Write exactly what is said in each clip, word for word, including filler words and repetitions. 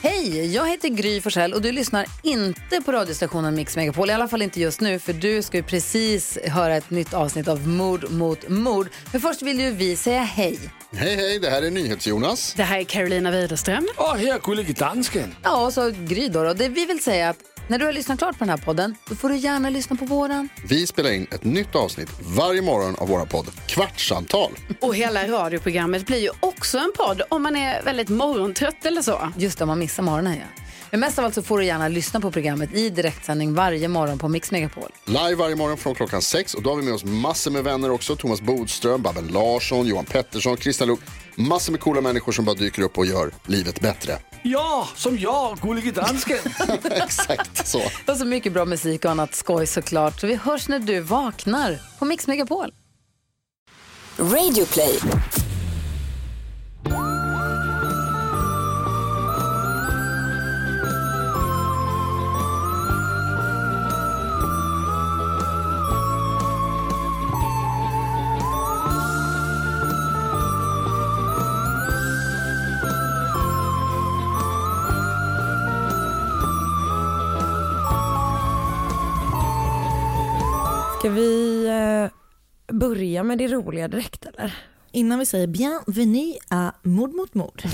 Hej, jag heter Gry Forssell och du lyssnar inte på radiostationen Mix Megapol. I alla fall inte just nu, för du ska ju precis höra ett nytt avsnitt av Mord mot mord. Men först vill ju vi säga hej. Hej, hej, det här är NyhetsJonas. Det här är Carolina Widerström. Och här är Gullige Dansken. Ja, och så Gry då. Och det vi vill säga att när du har lyssnat klart på den här podden, då får du gärna lyssna på våran. Vi spelar in ett nytt avsnitt varje morgon av våra podd Kvartsamtal. Och hela radioprogrammet blir ju också en podd om man är väldigt morgontrött eller så. Just det, om man missar morgonen, ja. Men mest av allt så får du gärna lyssna på programmet i direktsändning varje morgon på Mix Megapol. Live varje morgon från klockan sex. Och då har vi med oss massor med vänner också. Thomas Bodström, Babben Larsson, Johan Pettersson, Krista Luuk. Massor med coola människor som bara dyker upp och gör livet bättre. Ja, som jag, Gullige Dansken. Exakt så. Och så mycket bra musik och annat skoj såklart. Så vi hörs när du vaknar på Mix Megapol. Radio Play. Ska vi eh, börja med det roliga direkt eller? Innan vi säger bienvenue à mord mot mord.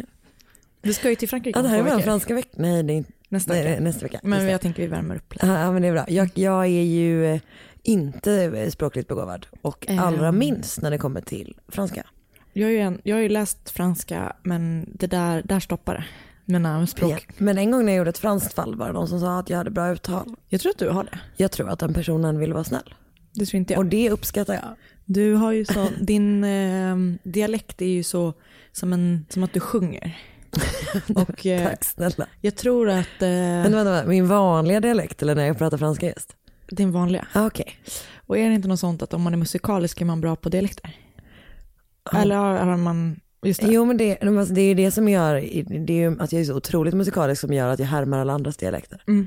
Du ska ju till Frankrike. Ja, det här är väl franska veckan. Nej, det är nästa nej, vecka. nästa vecka. Men jag tänker vi värmer upp lite. Ja, men det är bra. Jag, jag är ju inte språkligt begåvad och Mm. allra minst när det kommer till franska. Jag har ju, en, jag har ju läst franska, men det där, där stoppar det. Mina språk. Ja, men en gång när jag gjorde ett franskt fall var det någon som sa att jag hade bra uttal. Jag tror att du har det. Jag tror att den personen ville vara snäll. Det tror inte jag. Och det uppskattar jag. Du har ju så, din eh, dialekt är ju så som, en, som att du sjunger. Och, eh, Tack snälla. Jag tror att... Eh, Men vänta, vänta, min vanliga dialekt eller när jag pratar franska just? Din vanliga. Ah, okej. Okay. Och är det inte något sånt att om man är musikalisk är man bra på dialekter? Ah. Eller har man... Just det. Jo, men det, det är ju det som gör, det är ju att jag är så otroligt musikalisk som gör att jag härmar alla andras dialekter. Mm.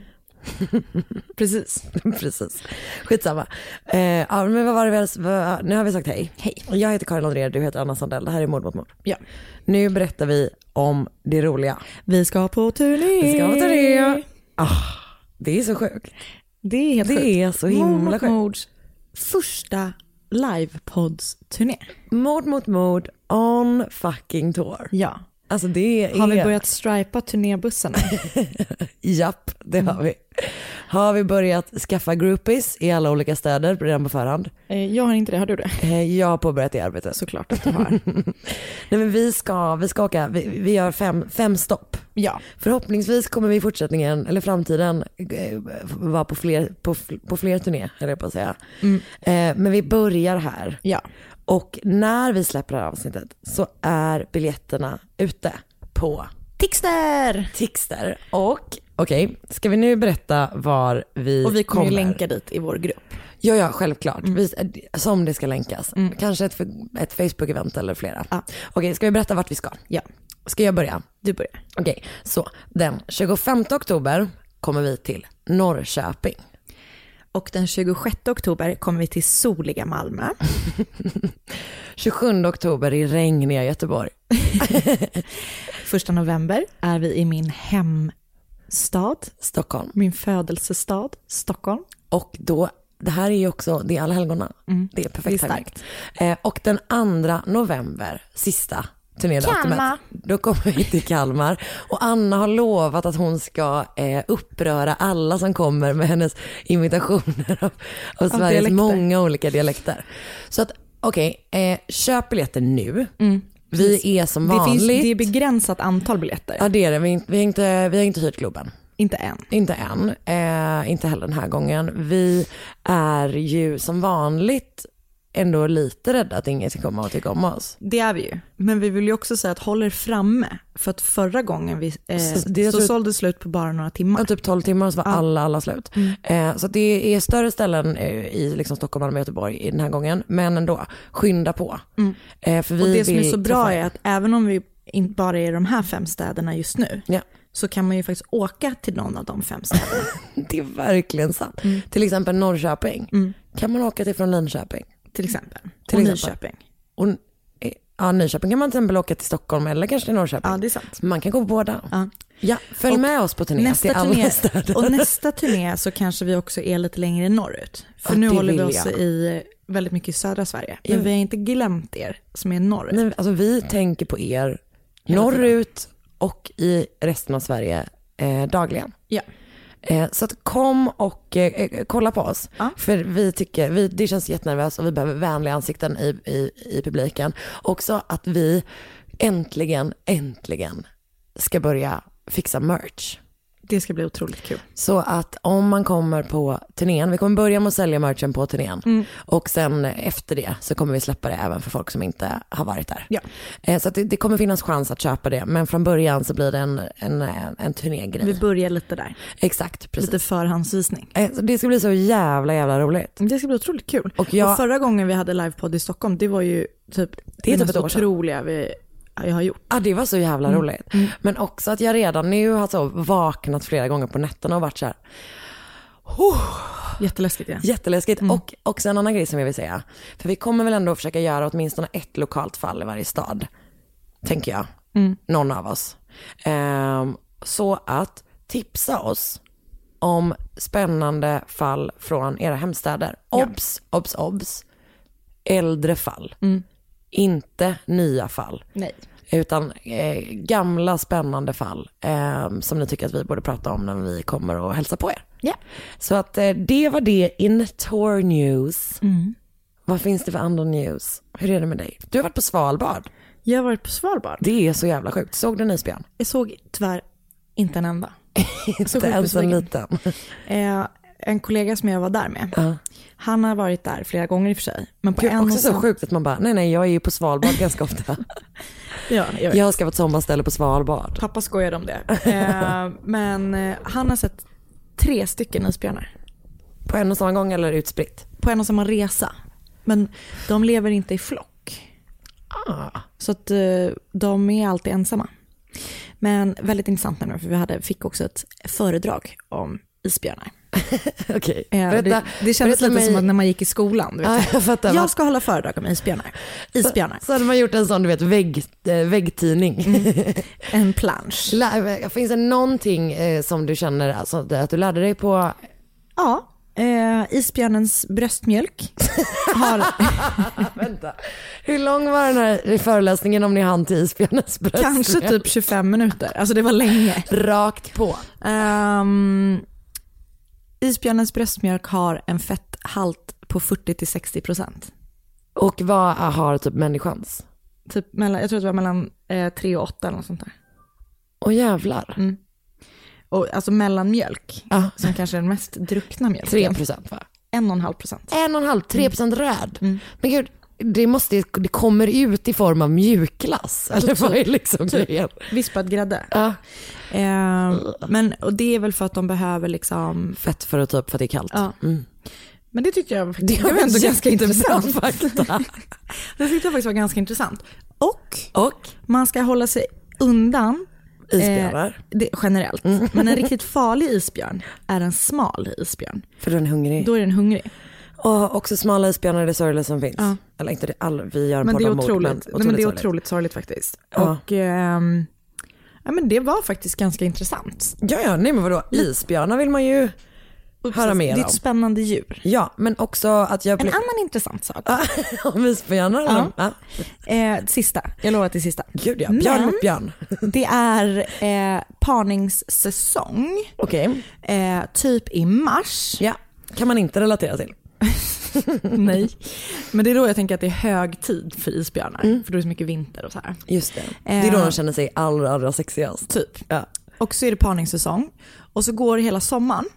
Precis. Precis. Skitsamma. Eh, ja, men vad var det vi, vad, nu har vi sagt hej. Hej. Jag heter Karin André, du heter Anna Sandell. Det här är Mord mot mord. Ja. Nu berättar vi om det roliga. Vi ska på turné. Vi ska på turné. Ah, det är så sjukt. Det är helt Det sjukt. är så himla Mord mot sjukt. mords första livepods-turné. Mord mot mord on fucking tour. Ja. Alltså det är... Har vi börjat stripa turnébussarna? Japp, det har vi. Har vi börjat skaffa groupies i alla olika städer redan på förhand? Eh, jag har inte det, har du det? Eh, Jag har påbörjat det arbetet. Såklart att du har. Nej, men vi ska, vi ska åka, vi, vi gör fem, fem stopp. Ja. Förhoppningsvis kommer vi i fortsättningen, eller framtiden, eh, vara på fler, på, på fler turné, eller jag på att säga. Mm. Eh, men vi börjar här. Ja. Och när vi släpper det här avsnittet så är biljetterna ute på Tixter! Tixter. Och okej, okay, ska vi nu berätta var vi Och vi kommer, kommer ju länka dit i vår grupp. Ja, ja, självklart. Mm. Vi, som det ska länkas. Mm. Kanske ett, ett Facebook-event eller flera. Ja. Okej, okay, ska vi berätta vart vi ska? Ja. Ska jag börja? Du börjar. Okej, okay, så den tjugofemte oktober kommer vi till Norrköping. Och den tjugosjätte oktober kommer vi till soliga Malmö. tjugosjunde oktober i regniga Göteborg. Första november är vi i min hemstad. Stockholm. Min födelsestad, Stockholm. Och då, det här är ju också, det är alla helgona. Mm. Det är perfekt. Det är starkt. Eh, och den andra november, sista turnédatumet, då kommer vi till Kalmar. Och Anna har lovat att hon ska eh, uppröra alla som kommer med hennes imitationer av, av Sveriges dialekter. Många olika dialekter. Så att, okej, okay, eh, köp biljetter nu. Mm. Vi är som vanligt. Det, finns, det är begränsat antal biljetter. Ja, det är det. Vi, vi, har, inte, vi har inte hyrt klubben. Inte än. Inte än. Eh, inte heller den här gången. Vi är ju som vanligt ändå lite rädda att ingen ska komma och tycka om oss. Det är vi ju. Men vi vill ju också säga att håller framme. För att förra gången vi eh, så, det så sålde det slut på bara några timmar. Ja, typ tolv timmar så var ja. alla, alla slut. Mm. Eh, så det är större ställen eh, i liksom Stockholm, Malmö och Göteborg i den här gången. Men ändå, skynda på. Mm. Eh, för vi och det som är så bra träffa... är att även om vi inte bara är i de här fem städerna just nu. Ja. Så kan man ju faktiskt åka till någon av de fem städerna. Det är verkligen sant. Mm. Till exempel Norrköping. Mm. Kan man åka till från Linköping? Till exempel. Till och exempel. Nyköping. Och, ja, Nyköping kan man till exempel åka till Stockholm eller kanske till Norrköping. Ja, det är sant. Man kan gå på båda. Ja. Ja, följ Och med oss på turné. Nästa till alla turné städer. och nästa turné så kanske vi också är lite längre norrut. För Ja, nu det håller vi vill oss jag. i väldigt mycket i södra Sverige. Men Ja. vi har inte glömt er som är norrut. Men, alltså, vi tänker på er norrut och i resten av Sverige eh, dagligen. Ja. Eh, så att kom och eh, kolla på oss. Ja. För vi tycker, vi, det känns jättenervöst och vi behöver vänliga ansikten i, i, i publiken. Också att vi äntligen, äntligen ska börja fixa merch. Det ska bli otroligt kul. Så att om man kommer på turnén, vi kommer börja med att sälja merchen på turnén. Mm. Och sen efter det så kommer vi släppa det även för folk som inte har varit där. Ja. Eh, så att det, det kommer finnas chans att köpa det. Men från början så blir det en, en, en turnégrej. Vi börjar lite där. Exakt, precis. Lite förhandsvisning. Eh, så det ska bli så jävla jävla roligt. Det ska bli otroligt kul. Och jag- och förra gången vi hade livepodd i Stockholm, det var ju typ Det är typ mest ett år sedan. otroliga vi, jag har gjort. Ja, det var så jävla Mm. roligt. Men också att jag redan nu har så vaknat flera gånger på nätterna och varit så här. Jätteläskigt. Ja. Jätteläskigt. Och också en annan grej som jag vill säga. För vi kommer väl ändå försöka göra åtminstone ett lokalt fall i varje stad. Tänker jag. Någon av oss. Ehm, så att tipsa oss om spännande fall från era hemstäder. Obs, obs, obs. Äldre fall. Inte nya fall. Nej. Utan eh, gamla spännande fall eh, som ni tycker att vi borde prata om när vi kommer och hälsa på er. Ja. Så att eh, det var det in tour news. Vad finns det för andra news? Hur är det med dig? Du har varit på Svalbard. Jag har varit på Svalbard. Det är så jävla sjukt. Såg du en isbjörn? Jag såg tyvärr inte en enda. Inte sjukt ens en besviken. liten. Eh, en kollega som jag var där med, Ja. han har varit där flera gånger i och för sig. Men på Gud, en också och så sam- sjukt att man bara, nej nej jag är ju på Svalbard ganska ofta. Ja, jag vet. Jag ska vara ett sommarställe på Svalbard. Pappa skojade om det. Eh, men eh, han har sett tre stycken isbjörnar På en och samma gång eller utspritt? på en och samma resa. Men de lever inte i flock. Ah. Så att eh, de är alltid ensamma. Men väldigt intressant nämligen, för vi hade, fick också ett föredrag om isbjörnar. Okej, Eh, berätta. det, det kändes berätta lite mig- som att när man gick i skolan. Du vet, Ja, jag fattar. jag ska hålla föredrag om isbjörnar. Isbjörnar. Så hade man gjort en sån, du vet, vägg, äh, väggtidning. En plansch. Lä- Finns det någonting eh, som du känner alltså, att du lärde dig på? Ja, eh, isbjörnens bröstmjölk har... Vänta. Hur lång var den här föreläsningen om ni hann till isbjörnens bröst? Kanske typ tjugofem minuter. Alltså det var länge. Rakt på. Um, isbjörnens bröstmjölk har en fetthalt på fyrtio till sextio procent. Och vad har typ människans? Typ mellan, jag tror att det var mellan eh, tre och åtta eller något sånt där. Åh jävlar. Mm. Och, alltså mellanmjölk, Ja. som kanske är den mest druckna mjölken. Tre procent va? En och en halv procent. En och en halv, tre procent röd. Mm. Men gud, det, måste, det kommer ut i form av mjukglass. Eller vad är liksom grejen? Vispad grädde. Ja. Eh, men, och det är väl för att de behöver liksom... Fett för att ta upp för att det är kallt. Ja. Mm. Men det tyckte jag, Det det var ändå ganska intressant. fakta. Det tyckte jag faktiskt var ganska intressant. Och Och man ska hålla sig undan isbjörnar. eh, det, generellt. Men en riktigt farlig isbjörn är en smal isbjörn. För den är hungrig. Då är den hungrig. Och också smala isbjörnar är det sorgliga som finns. Ja. Eller inte det, all, vi gör en Men podd det är om mord, otroligt, men nej, men det är sorgligt. otroligt sorgligt faktiskt. Ja. Och ehm, ja, men det var faktiskt ganska intressant. Ja, ja, nej men vadå, isbjörnar vill man ju höra mer Det är om. ett spännande djur. Ja, men också att jag... En annan intressant sak. Om isbjörnar? Ja. eller? Ja. Eh, sista, jag lovar till sista. Gud ja, björn Men- mot björn. Det är eh, parningssäsong, Okej, eh, typ i mars. ja. Kan man inte relatera till. Nej. Men det är då jag tänker att det är hög tid för isbjörnar. För då är det så mycket vinter och så här. Just det. Det är då de känner sig allra, allra sexigast. Typ. Ja. Och så är det parningssäsong. Och så går hela sommaren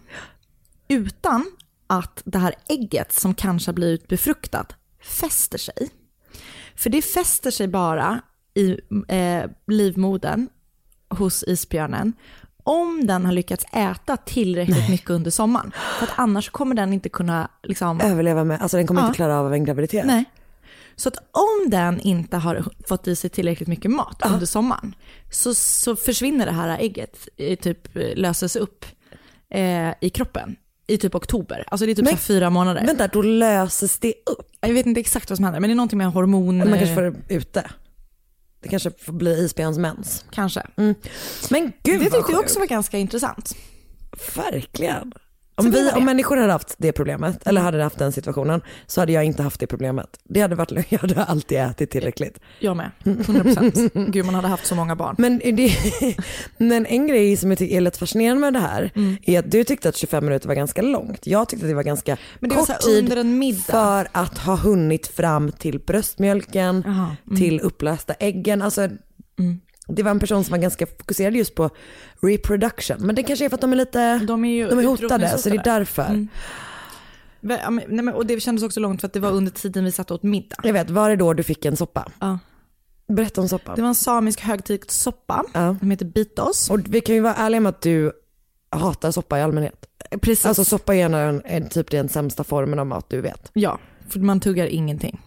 utan att det här ägget som kanske har blivit befruktat fäster sig. För det fäster sig bara i eh, livmodern hos isbjörnen om den har lyckats äta tillräckligt mycket under sommaren. För att annars kommer den inte kunna liksom... Överleva med, alltså den kommer Ja. inte klara av en graviditet. Nej. Så att om den inte har fått i sig tillräckligt mycket mat under sommaren så, så försvinner det här ägget, i typ löses upp eh, i kroppen i typ oktober. Alltså det är typ Men- så här fyra månader. Vänta, då löses det upp. Jag vet inte exakt vad som händer, men det är någonting med hormoner. Man kanske får det ute. Det kanske får bli isbjörns mens. Kanske. Mm. Men gud, det tyckte vad jag också var ganska intressant. Verkligen. Om, vi, om människor hade haft det problemet, mm. eller hade haft den situationen, så hade jag inte haft det problemet. Det hade varit, jag hade alltid ätit tillräckligt. Jag med, hundra procent. Gud, man hade haft så många barn. Men, det, men en grej som jag tycker är lite fascinerande med det här, mm. är att du tyckte att tjugofem minuter var ganska långt. Jag tyckte att det var ganska men det kort var så tid under en middag. För att ha hunnit fram till bröstmjölken, Aha, mm. till upplösta äggen. Alltså, mm. det var en person som var ganska fokuserad just på reproduction. Men det kanske är för att de är lite de är, ju de är hotade, så det är därför. Mm. Nej, men, och det kändes också långt för att det var under tiden vi satt åt middag. Jag vet, var det då du fick en soppa? Ja. Berätta om soppa. Det var en samisk högtidssoppa. Ja. Som heter bitos. Och vi kan ju vara ärliga med att du hatar soppa i allmänhet. Precis. Alltså soppa är en, en typ den sämsta formen av mat du vet. Ja, för man tuggar ingenting.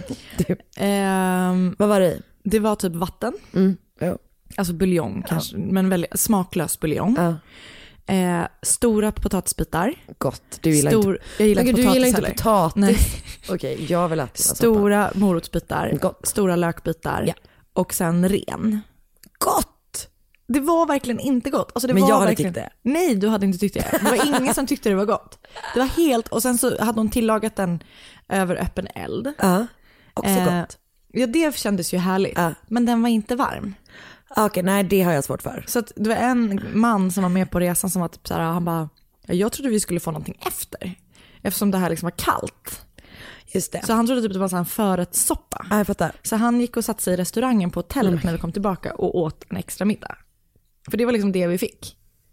ehm, Vad var det i? Det var typ vatten. Mm. Jo. Alltså buljong kanske, ja. Men väldigt smaklös buljong. Ja. Eh, stora potatisbitar. Gott, du gillar Stor, inte, jag gillar men inte du potatis gillar inte heller. potatis. Okej, okay, jag vill äta stora soppa. morotsbitar, Gott. Stora lökbitar, ja. Och sen ren. Gott! Det var verkligen inte gott. Alltså det men var jag hade verkligen... tyckt det. Nej, du hade inte tyckt det. Det var ingen som tyckte det var gott. Det var helt, och sen så hade hon tillagat den över öppen eld. Ja, också eh, gott. Ja, det kändes ju härligt. Ja. Men den var inte varm. Okej, okay, nej det har jag svårt för. Så att det var en man som var med på resan som var typ så här, han bara, jag trodde vi skulle få någonting efter. Eftersom det här liksom var kallt. Just det. Så han trodde typ det var en förrättssoppa. Ja, jag fattar. Så han gick och satt sig i restaurangen på hotellet mm. när vi kom tillbaka och åt en extra middag. För det var liksom det vi fick.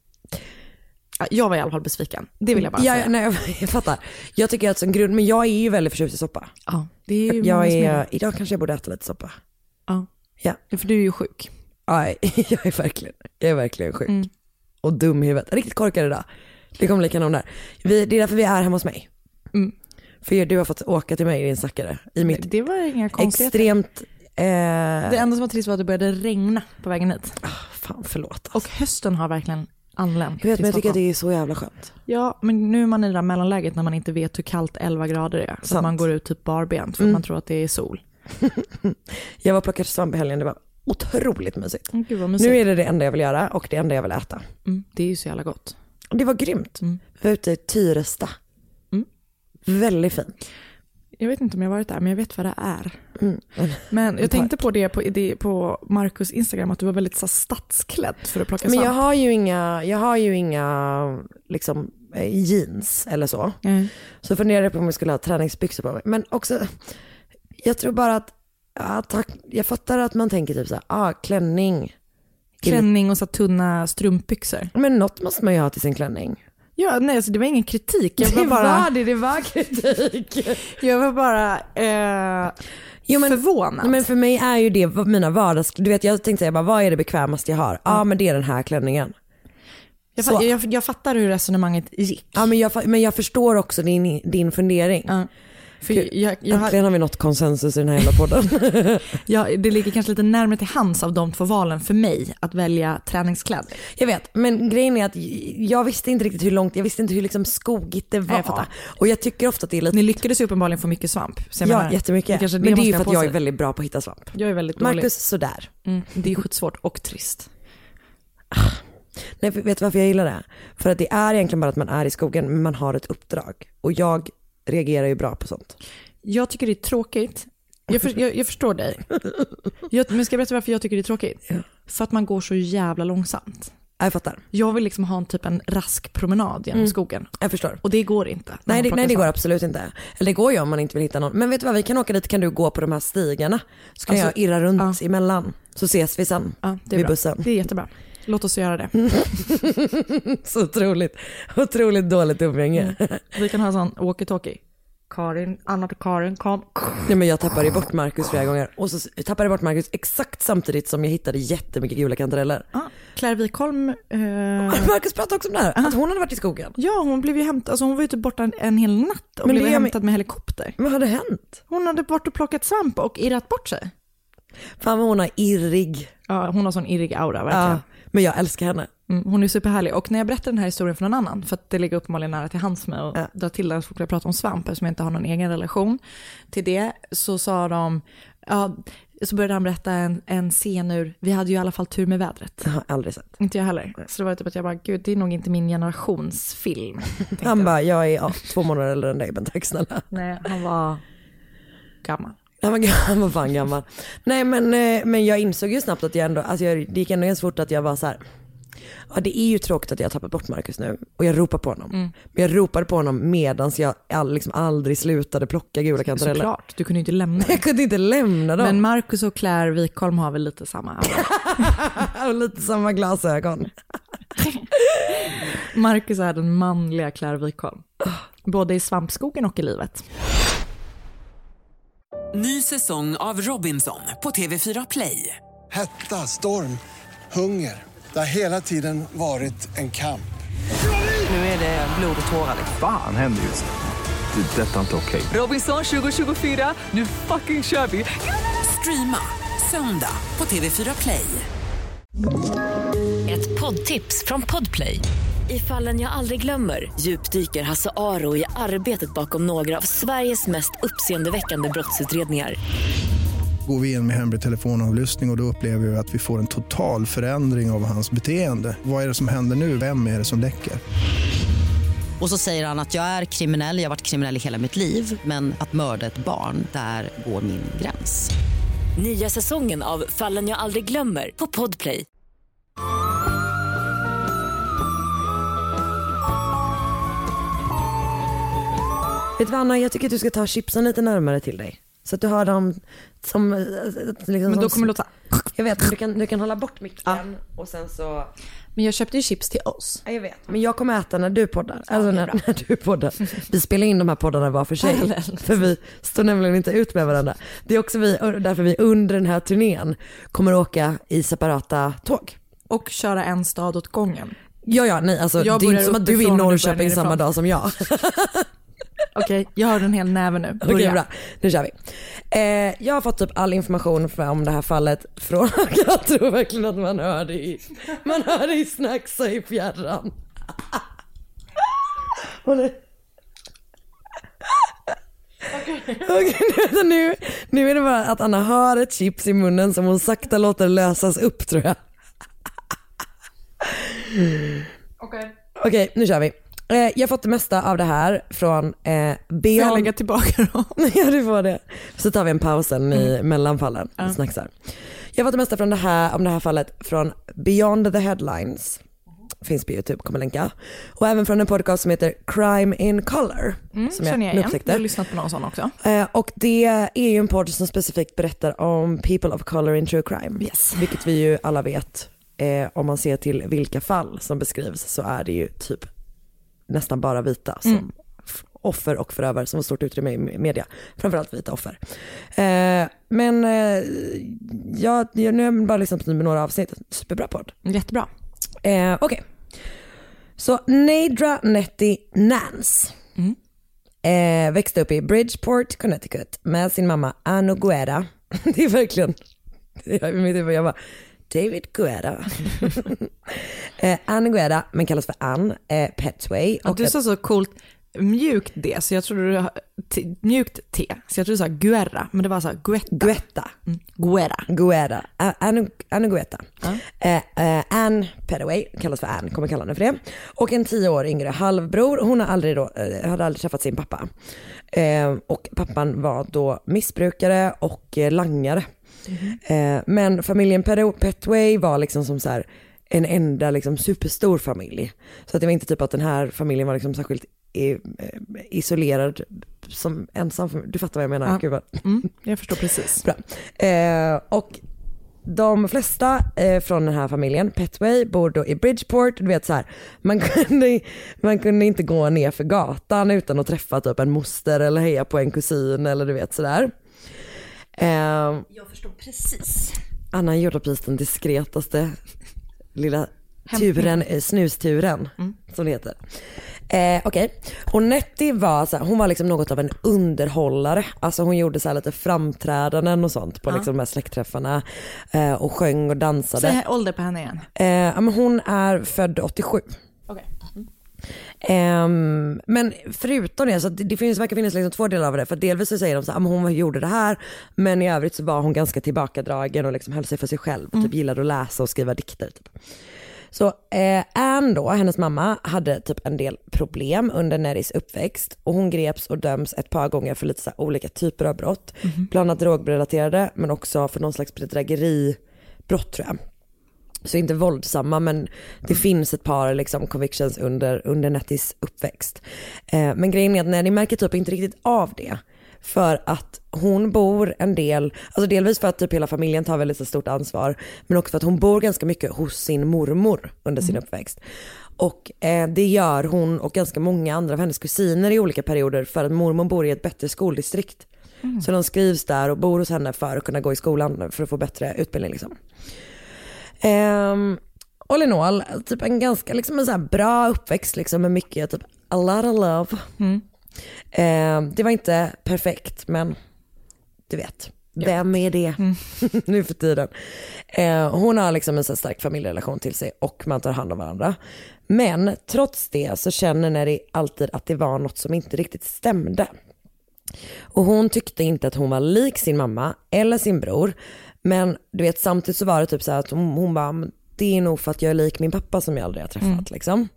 Jag var i alla fall besviken. Det vill jag bara ja, säga. Nej, jag fattar. Jag tycker att som grund, men jag är ju väldigt förtjust i soppa. Ja, det är ju jag är, idag kanske jag borde äta lite soppa. Ja. Ja. För du är ju sjuk. Nej, jag är verkligen, jag är verkligen sjuk. Mm. Och dum i huvudet. Riktigt korkad idag. Det kommer lika någon där. Vi, det är därför vi är hemma hos mig. Mm. För du har fått åka till mig i din stackare. I mitt det var inga konstigheter. Extremt... Eh... Det enda som var trist var att det började regna på vägen hit. Oh, fan, förlåt. Alltså. Och hösten har verkligen anlänt. Jag vet, men jag tycker att det är så jävla skönt. Ja, men nu är man i det där mellanläget när man inte vet hur kallt elva grader är. Så att man går ut typ barbent för mm. att man tror att det är sol. Jag var plockat svamp i helgen, det var otroligt mysigt. Mm, gud vad mysigt. Nu är det det enda jag vill göra och det enda jag vill äta. Mm, det är ju så jävla gott. Det var grymt. Mm. Vi var ute i Tyresta. Mm. Väldigt fint. Jag vet inte om jag varit där, men jag vet vad det är. Mm. Men jag tänkte på det på, det, på Marcus Instagram, att du var väldigt så stadsklädd för att plocka svamp. Men jag har ju inga, jag har ju inga liksom, jeans eller så. Mm. Så funderade jag på om jag skulle ha träningsbyxor på mig. Men också, jag tror bara att, ja, tack, jag fattar att man tänker typ så här, ah, klänning. Klänning och så tunna strumpbyxor. Men något måste man ju ha till sin klänning. Ja, nej, alltså det var ingen kritik. Jag var det bara, var det, det var kritik. Jag var bara eh, jo, men, förvånad. Men för mig är ju det mina vardags... Du vet, jag tänkte säga bara, vad är det bekvämaste jag har? Ja, ah, men det är den här klänningen. Jag, fatt, jag, jag fattar hur resonemanget gick. Ja, men jag, men jag förstår också din, din fundering. Ja. För jag, jag, jag Äntligen har vi nått konsensus i den här hela podden. Ja, det ligger kanske lite närmare till hands av de två valen för mig att välja träningskläder. Jag vet, men grejen är att jag visste inte riktigt hur långt, jag visste inte hur liksom skogigt det var. Jag och jag tycker ofta att det är lite... Ni lyckades ju uppenbarligen få mycket svamp. Så ja, menar, jättemycket. Det men det är ju för att jag är väldigt bra på att hitta svamp. Jag är väldigt dålig. Marcus, sådär. Mm, det är skitsvårt och trist. Nej, vet du varför jag gillar det? För att det är egentligen bara att man är i skogen, men man har ett uppdrag. Och jag reagerar ju bra på sånt. Jag tycker det är tråkigt. Jag, för, jag, jag förstår dig. Jag, men ska jag berätta varför jag tycker det är tråkigt? Ja. För att man går så jävla långsamt. Jag fattar. Jag vill liksom ha en typ en rask promenad genom mm. skogen. Jag förstår. Och det går inte. Nej, det, nej, det går absolut inte. Eller det går ju om man inte vill hitta någon. Men vet du vad, vi kan åka dit, kan du gå på de här stigarna. Så kan alltså, jag irra runt ja. emellan. Så ses vi sen ja, det är vid bra. bussen. Det är jättebra. Låt oss göra det. Så otroligt, otroligt dåligt umgänge. Mm. Vi kan ha sån walkie-talkie. Karin, Anna och Karin kom. Nej, men jag tappade bort Marcus flera gånger. Och så tappade jag bort Marcus exakt samtidigt som jag hittade jättemycket gula kantareller. Ah, Claire Wikholm. Eh... Marcus pratade också om det här. Ah. Att hon hade varit i skogen. Ja, hon blev ju hämtad. Alltså hon var ju typ borta en, en hel natt. Och men blev hämtad med... med helikopter. Vad hade hänt? Hon hade bort och plockat svamp och irrat bort sig. Fan vad hon är irrig. Ja, hon har sån irrig aura verkligen. Ja, men jag älskar henne. Mm, hon är superhärlig. Och när jag berättar den här historien för någon annan, för att det ligger uppenbarligen nära till hands med och ja. dra till den så fort jag pratar om svamp, som jag inte har någon egen relation till det, så sa de, ja, så började han berätta en, en scen ur, vi hade ju i alla fall tur med vädret. Jag har aldrig sett. Inte jag heller. Så det var typ att jag bara, gud, det är nog inte min generationsfilm. Han bara, jag är ja, två månader äldre än dig, men tack snälla. Nej, han var gammal. Han var, han var fan gammal. Nej, men, men jag insåg ju snabbt att jag ändå, alltså jag, det gick ändå ganska fort att jag var så här, ja, det är ju tråkigt att jag har tappat bort Marcus nu. Och jag ropar på honom. Mm. Men jag ropade på honom medans jag all, liksom aldrig slutade plocka gula kantareller. Såklart, du kunde ju inte lämna. Jag kunde inte lämna dem. Men Marcus och Claire Wikholm har väl lite samma. Och lite samma glasögon. Marcus är den manliga Claire Wikholm. Både i svampskogen och i livet. Ny säsong av Robinson på T V fyra Play. Hetta, storm, hunger. Det har hela tiden varit en kamp. Nu är det blod och tårar. Fan händer just det. Det är detta inte okej. Robinson tjugo tjugofyra, nu fucking kör vi. Streama söndag på T V fyra Play. Ett poddtips från Podplay. I Fallen jag aldrig glömmer djupdyker Hasse Aro i arbetet bakom några av Sveriges mest uppseendeväckande brottsutredningar. Går vi in med hemlig telefonavlyssning och, och då upplever vi att vi får en total förändring av hans beteende. Vad är det som händer nu? Vem är det som läcker? Och så säger han att jag är kriminell, jag har varit kriminell i hela mitt liv. Men att mörda ett barn, där går min gräns. Nya säsongen av Fallen jag aldrig glömmer på Podplay. Vet du, Anna, jag tycker att du ska ta chipsen lite närmare till dig. Så att du har dem som... Liksom, men då kommer det låta... Jag vet, men du kan, du kan hålla bort micken ja. Och sen så... Men jag köpte ju chips till oss. Ja, jag vet. Men jag kommer äta när du poddar. Alltså när, när du poddar. Vi spelar in de här poddarna var för sig. För vi står nämligen inte ut med varandra. Det är också vi, därför vi under den här turnén kommer åka i separata tåg. Och köra en stad åt gången. Ja, ja, nej. Alltså, det är inte som att du är i Norrköping samma dag som jag. Okej, okay, jag har en hel näve nu. Okej, okay, bra. Nu kör vi. Eh, jag har fått typ all information om det här fallet från... Jag tror verkligen att man hör det i, man hör det i Snacksa i fjärran. Okej, okay, nu, nu är det bara att Anna har ett chips i munnen som hon sakta låter lösas upp, tror jag. Okej. Okay. Okej, okay, nu kör vi. Jag har fått det mesta av det här från eh, Beyond... Får jag lägga tillbaka då? Ja, du får det. Så tar vi en pausen i mm. mellanfallen. Mm. Snacksar. Jag har fått det mesta från det här, om det här fallet från Beyond the Headlines. Finns på YouTube, kommer länka. Och även från en podcast som heter Crime in Color. Mm, som jag, jag upptäckte. Jag har lyssnat på någon sån också. Eh, och det är ju en podd som specifikt berättar om people of color in true crime. Yes. Vilket vi ju alla vet. Eh, om man ser till vilka fall som beskrivs så är det ju typ nästan bara vita som mm. offer och förövare som har stort utrymme i media. Framförallt vita offer. Eh, men eh, jag, jag nu har jag bara lyssnat på några avsnitt. Superbra podd. Jättebra. Eh, Okej. Okay. Så Neidra Nettie Nance mm. eh, växte upp i Bridgeport, Connecticut med sin mamma Anu Guerra. Det är verkligen... Jag bara... David Guerra. eh, Anne Guerra, men kallas för Anne eh, Petway. Och du sa så coolt mjukt D, så jag trodde du t- mjukt T, så jag trodde du sa Guerra, men det var så här Guetta. Guetta. Mm. Guerra. Guerra. Uh, Anne, Anne Guetta. Uh. Eh, eh, Anne Petway, kallas för Anne, kommer kalla henne för det. Och en tio år yngre halvbror. Hon har aldrig då, eh, hade aldrig träffat sin pappa. Eh, och pappan var då missbrukare och eh, langare. Mm-hmm. Eh, men familjen Petway var liksom som så här en enda liksom superstor familj. Så att det var inte typ att den här familjen var liksom särskilt i, eh, isolerad som ensam. Du fattar vad jag menar. Ja. Gud, vad... Mm, jag förstår precis. Bra. Eh, och de flesta eh, från den här familjen Petway bor då i Bridgeport. Du vet så här, man kunde, man kunde inte gå ner för gatan utan att träffa typ en moster eller heja på en kusin eller du vet sådär. Uh, jag förstår precis. Anna gjorde precis den diskretaste lilla turen, snusturen mm. som det heter. Eh, Okej, okay. Och Nettie var så här, hon var liksom något av en underhållare. Alltså hon gjorde så här lite framträdanden och sånt på ja. liksom de här släktträffarna eh, och sjöng och dansade. Säg ålder på henne igen. Eh, men hon är född åttiosju. Okej. Okay. Mm. Um, men förutom det så det, det finns, verkar finnas liksom två delar av det. För delvis så säger de så att ah, hon gjorde det här, men i övrigt så var hon ganska tillbakadragen och liksom höll sig för sig själv. Mm. Typ gillade att läsa och skriva dikter typ. Så eh, Anne då, hennes mamma, hade typ en del problem under Netties uppväxt. Och hon greps och döms ett par gånger för lite så här olika typer av brott. Mm. Bland annat drogrelaterade, men också för någon slags bedrägeribrott tror jag. Så inte våldsamma, men det mm. finns ett par liksom convictions under, under Netties uppväxt. Eh, men grejen är att Nettie märker typ inte riktigt av det. För att hon bor en del, alltså delvis för att typ hela familjen tar väldigt så stort ansvar, men också för att hon bor ganska mycket hos sin mormor under sin mm. uppväxt. Och eh, det gör hon och ganska många andra av hennes kusiner i olika perioder för att mormor bor i ett bättre skoldistrikt. Mm. Så de skrivs där och bor hos henne för att kunna gå i skolan för att få bättre utbildning liksom. Um, all in all, typ en ganska liksom en så här bra uppväxt liksom, med mycket typ a lot of love. Mm. Um, det var inte perfekt, men du vet, ja. Vem är det mm. nu för tiden? Uh, hon har liksom en så stark familjerelation till sig och man tar hand om varandra. Men trots det så känner Nettie alltid att det var något som inte riktigt stämde. Och hon tyckte inte att hon var lik sin mamma eller sin bror. Men du vet, samtidigt så var det typ så här att hon, hon bara, det är nog för att jag är lik min pappa som jag aldrig har träffat mm. liksom.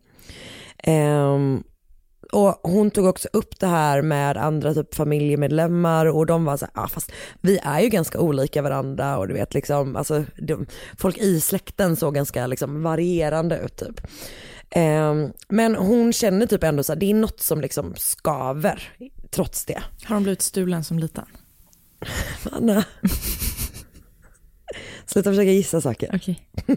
Um, och hon tog också upp det här med andra typ familjemedlemmar och de var så här, ah, fast vi är ju ganska olika varandra och du vet liksom, alltså de, folk i släkten såg ganska liksom varierande ut typ. Um, men hon känner typ ändå så här, det är något som liksom skaver trots det. Har hon blivit stulen som liten? Anna. Sluta försöka gissa saker. Okay.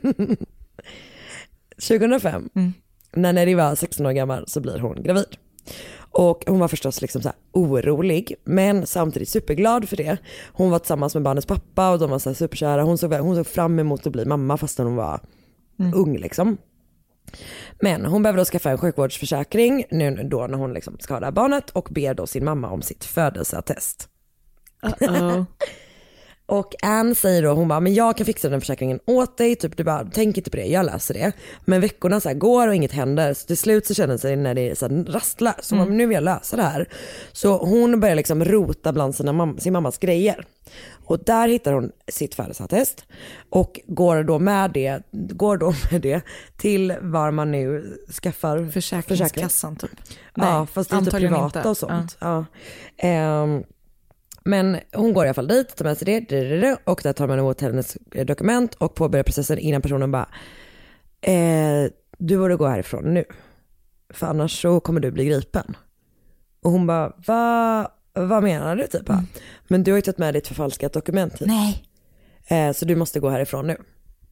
tjugohundrafem, mm. när Nettie var sexton år gammal, så blir hon gravid. Och hon var förstås liksom så här orolig, men samtidigt superglad för det. Hon var tillsammans med barnets pappa och de var så här superkära. Hon såg, hon såg fram emot att bli mamma fast hon var mm. ung liksom. Men hon behöver då skaffa en sjukvårdsförsäkring nu då när hon liksom ska ha det här barnet och ber då sin mamma om sitt födelseattest. Uh-oh. Och Anne säger då, hon bara, men jag kan fixa den försäkringen åt dig, typ du bara, tänk inte på det, jag läser det. Men veckorna så här går och inget händer, så till slut så känner sig när det är så här rastlös, så mm. nu vill jag lösa det här. Så hon börjar liksom rota bland sina mam- sin mammas grejer. Och där hittar hon sitt födelseattest och går då med det, går då med det till var man nu skaffar försäkringskassan typ. Ja, Nej, fast det är inte privata inte. Och sånt. Ja. Ja. Um, Men hon går i alla fall dit, tar med sig det och där tar man emot hennes dokument och påbörjar processen innan personen bara eh, du borde gå härifrån nu. För annars så kommer du bli gripen. Och hon bara, Va, vad menar du typ? Mm. Men du har ju tagit med ditt förfalskat dokument hit. Nej. Eh, så du måste gå härifrån nu.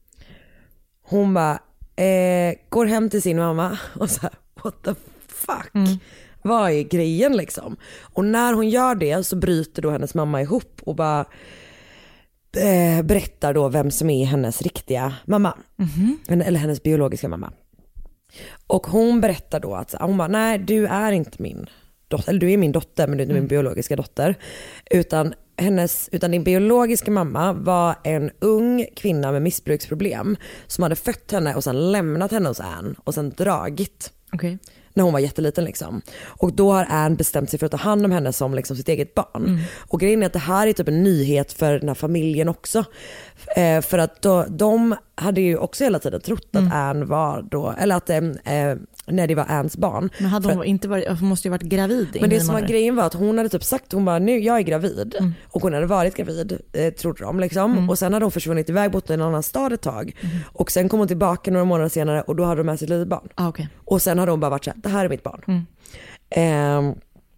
Hon bara eh, går hem till sin mamma och så här, what the fuck? Mm. Vad är grejen liksom? Och när hon gör det så bryter då hennes mamma ihop och bara eh, berättar då vem som är hennes riktiga mamma. Mm-hmm. Eller hennes biologiska mamma. Och hon berättar då att hon bara, nej du är inte min dotter, eller du är min dotter men du är inte mm. min biologiska dotter. Utan, hennes, utan din biologiska mamma var en ung kvinna med missbruksproblem som hade fött henne och sen lämnat henne hos Anne och sen dragit. Okej. Okay. När hon var jätteliten liksom. Och då har Anne bestämt sig för att ta hand om henne som liksom sitt eget barn. Mm. Och grejen är att det här är typ en nyhet för den här familjen också. Eh, för att då, de hade ju också hela tiden trott mm. att Anne var då, eller att eh, när det var Annes barn. Men hade hon för, inte varit, hon måste ju varit gravid. Men det som var grejen var att hon hade typ sagt, hon bara, nu jag är gravid. Mm. Och hon hade varit gravid, eh, trodde de liksom. Mm. Och sen hade hon försvunnit iväg, bort i en annan stad ett tag. Mm. Och sen kom hon tillbaka några månader senare och då hade de med sitt litet barn. Ah, okay. Och sen hade hon bara varit så här, det här är mitt barn. Mm. Eh,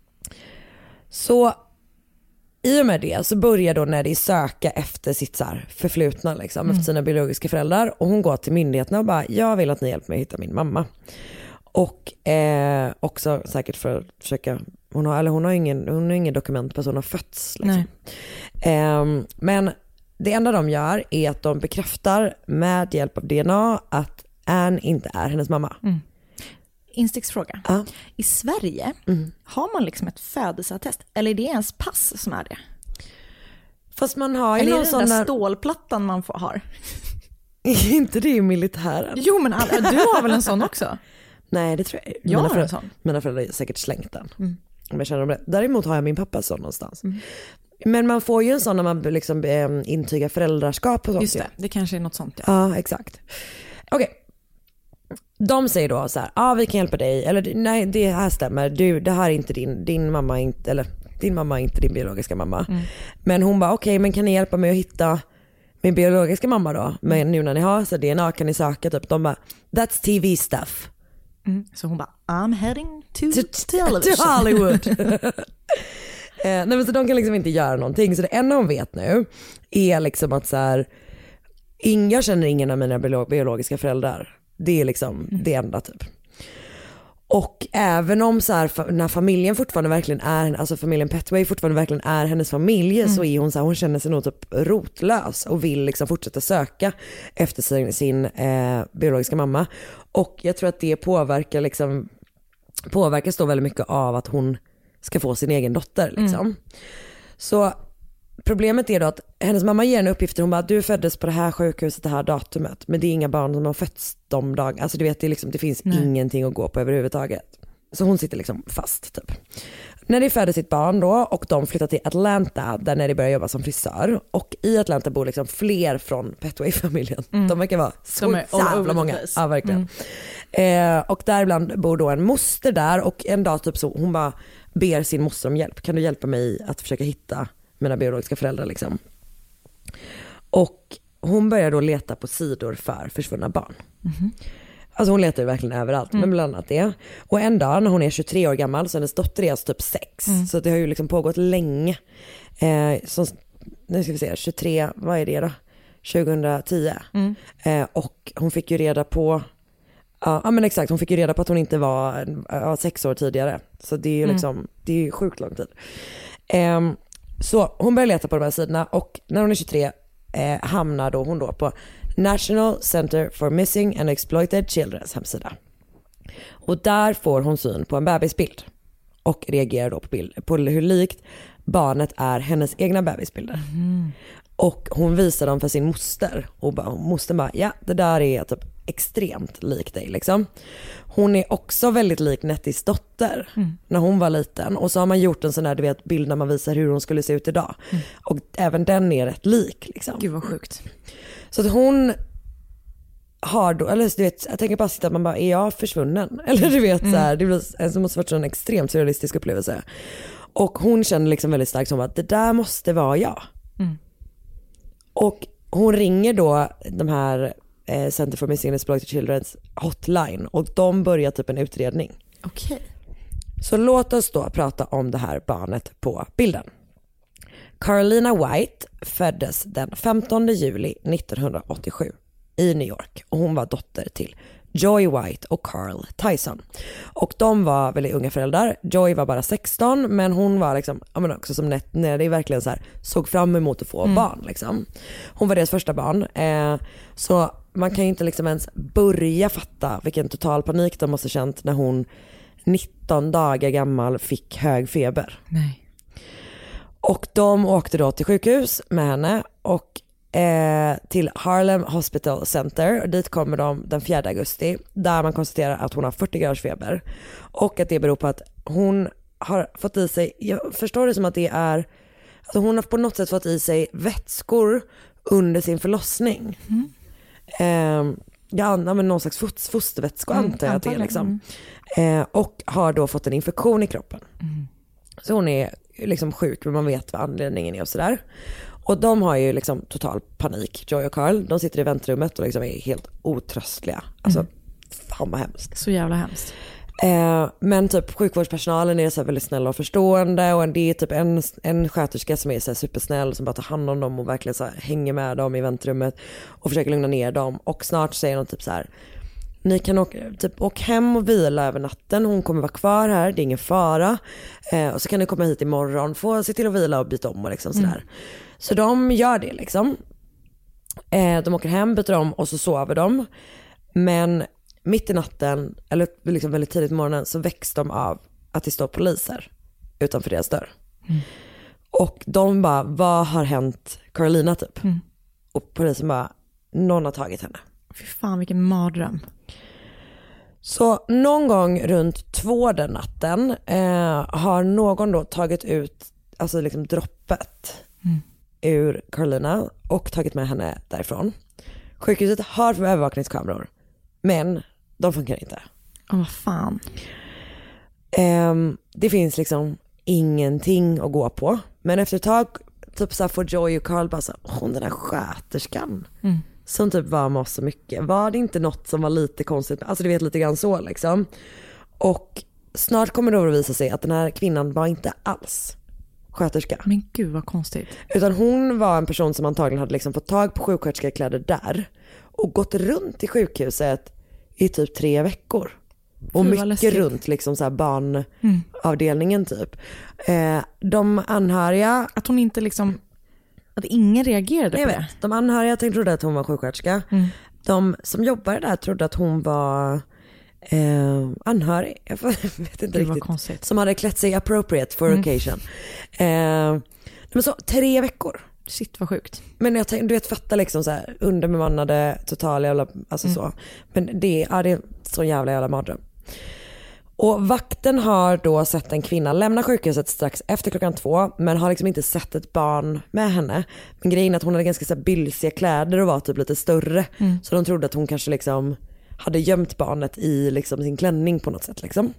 så i och med det så börjar då Nettie söka efter sitt så här förflutna liksom, mm. efter sina biologiska föräldrar. Och hon går till myndigheterna och bara, jag vill att ni hjälper mig att hitta min mamma. Och eh, också säkert för att försöka, hon har, eller hon har ingen, hon har ingen dokument på att hon har fötts. Liksom. Eh, men det enda de gör är att de bekräftar med hjälp av D N A att Anne inte är hennes mamma. Mm. Insticksfråga. Ja. I Sverige Mm. har man liksom ett födelseattest, eller är det ens pass som är det? Fast man har ju eller någon är det sån den där där... stålplattan man får, har? Är inte det i militären? Jo, men alla, du har väl en sån också? Nej, det tror jag. Jag har föräldrar, en sån. Mina föräldrar har säkert slängt den. Mm. Om jag känner dem rätt. Däremot har jag min pappa sån någonstans. Mm. Men man får ju en sån när man liksom äh, intygar föräldraskap och sånt. Just det, det kanske är något sånt. Ja, ja exakt. Okej. Okay. De säger då så här, ja ah, vi kan hjälpa dig. Eller nej, det här stämmer. Du, det här är inte din, din mamma, inte, eller din mamma är inte din biologiska mamma. Mm. Men hon bara, okej, okay, men kan ni hjälpa mig att hitta min biologiska mamma då? Men nu när ni har så D N A kan ni söka typ. De bara, that's T V stuff. Mm. Så hon bara, I'm heading to, to television. To Hollywood. eh, nej, men så de kan liksom inte göra någonting. Så det enda hon vet nu är liksom att så här, jag känner ingen av mina biologiska föräldrar. Det är liksom mm. det enda typ. Och även om så här, när familjen fortfarande verkligen är, alltså familjen Petway fortfarande verkligen är hennes familj, mm. så är hon så här, hon känner sig nog typ rotlös och vill liksom fortsätta söka efter sin, sin eh, biologiska mamma. Och jag tror att det påverkar liksom, påverkas då väldigt mycket av att hon ska få sin egen dotter liksom. Mm. Så problemet är då att hennes mamma ger en uppgift, hon bara, du föddes på det här sjukhuset det här datumet, men det är inga barn som har fötts de dagarna, alltså du vet det, liksom, det finns Nej. ingenting att gå på överhuvudtaget. Så hon sitter liksom fast typ. När de födde sitt barn då och de flyttar till Atlanta där när de börjar jobba som frisör, och i Atlanta bor liksom fler från Petway-familjen. Mm. De verkar vara så de jävla många. Ja, verkligen. Mm. Eh, och däribland bor då en moster där, och en dag typ så hon bara ber sin moster om hjälp. Kan du hjälpa mig att försöka hitta mina biologiska föräldrar liksom. Och hon börjar då leta på sidor för försvunna barn. Mm-hmm. Alltså hon letar ju verkligen överallt, mm. men bland annat det. Och en dag när hon är tjugotre år gammal, så hennes dotter är alltså typ sex. Mm. Så det har ju liksom pågått länge. Eh, som, nu ska vi se, tjugotre, vad är det då? tjugohundratio. Mm. Eh, och hon fick ju reda på, ja men exakt, hon fick ju reda på att hon inte var ja, sex år tidigare. Så det är ju liksom, mm. det är ju sjukt lång tid. Eh, Så hon börjar leta på de här sidorna, och när hon är tjugotre eh, hamnar då hon då på National Center for Missing and Exploited Children's hemsida. Och där får hon syn på en bebisbild och reagerar då på, bild, på hur likt barnet är hennes egna bebisbilder. Mm. Och hon visar dem för sin moster, och bara, moster bara, ja det där är typ extremt lik dig liksom. Hon är också väldigt lik Netties dotter mm. när hon var liten, och så har man gjort en sån här, du vet, bild när man visar hur hon skulle se ut idag. Mm. Och även den är rätt lik liksom. Gud vad sjukt. Så att hon har då, eller du vet, jag tänker bara sitta att man bara, är jag försvunnen? Eller du vet mm. så här, det blir, det måste varit en extremt surrealistisk upplevelse. Och hon känner liksom väldigt starkt som att det där måste vara jag. Mm. Och hon ringer då de här eh, Center for Missing and Exploited Children's hotline, och de börjar typ en utredning. Okej. Okay. Så låt oss då prata om det här barnet på bilden. Carolina White föddes den femtonde juli nittonhundraåttiosju i New York, och hon var dotter till Joy White och Carl Tyson. Och de var väldigt unga föräldrar. Joy var bara sexton, men hon var liksom, ja men också som Net, när det verkligen så här, såg fram emot att få mm. barn liksom. Hon var deras första barn. Eh, så man kan ju inte liksom ens börja fatta vilken total panik de måste känt när hon nitton dagar gammal fick hög feber. Nej. Och de åkte då till sjukhus med henne och Eh, till Harlem Hospital Center, och dit kommer de den fjärde augusti, där man konstaterar att hon har fyrtio graders feber, och att det beror på att hon har fått i sig, jag förstår det som att det är, alltså hon har på något sätt fått i sig vätskor under sin förlossning. Mm. eh, ja, men någon slags fostervätskor mm, antar jag att det är liksom. eh, och har då fått en infektion i kroppen. Mm. Så hon är liksom sjuk, men man vet vad anledningen är och sådär. Och de har ju liksom total panik, Joy och Carl. De sitter i väntrummet och liksom är helt otröstliga. Alltså, mm. fan vad hemskt. Så jävla hemskt. Eh, men typ sjukvårdspersonalen är så här väldigt snäll och förstående. Och det är typ en, en sköterska som är så här supersnäll, som bara tar hand om dem och verkligen så här hänger med dem i väntrummet och försöker lugna ner dem. Och snart säger de typ så här: ni kan åka, typ, åka hem och vila över natten. Hon kommer vara kvar här, det är ingen fara. Eh, och så kan ni komma hit imorgon, få se till att vila och byta om och liksom sådär. Mm. Så de gör det liksom. Eh, de åker hem, byter om och så sover de. Men mitt i natten, eller liksom väldigt tidigt på morgonen, så väcks de av att det står poliser utanför deras dörr. Mm. Och de bara, vad har hänt Carolina typ? Mm. Och polisen bara, någon har tagit henne. Fy fan, vilken mardröm. Så någon gång runt två den natten eh, har någon då tagit ut alltså liksom droppet mm. ur Carolina och tagit med henne därifrån. Sjukhuset har för övervakningskameror, men de funkar inte. Åh, vad fan. Eh, det finns liksom ingenting att gå på. Men efter ett tag typ så här får Joy och Carl bara så, hon den där sköterskan mm. som typ var med oss så mycket. Var det inte något som var lite konstigt? Alltså du vet, lite grann så liksom. Och snart kommer det att visa sig att den här kvinnan var inte alls sköterska. Men gud vad konstigt. Utan hon var en person som antagligen hade liksom fått tag på sjuksköterskekläder där och gått runt i sjukhuset i typ tre veckor. Och mycket läskigt. Runt liksom så här barnavdelningen mm. typ. Eh, de anhöriga... Att hon inte liksom... Att ingen reagerade Nej, på det. De anhöriga trodde att hon var sjuksköterska. Mm. De som jobbade där trodde att hon var eh, anhörig. Jag vet inte riktigt. Konstigt. Som hade klätt sig appropriate for mm. occasion. Eh, men så tre veckor. Shit vad sjukt. Men jag tänkte, du vet, fatta liksom så här underbemannade totala jävla, alltså mm. så. Men det, ja, det är så jävla jävla mardröm. Och vakten har då sett en kvinna lämna sjukhuset strax efter klockan två, men har liksom inte sett ett barn med henne. Men grejen är att hon hade ganska så här bylsiga kläder och var typ lite större. Mm. Så de trodde att hon kanske liksom hade gömt barnet i liksom sin klänning på något sätt liksom.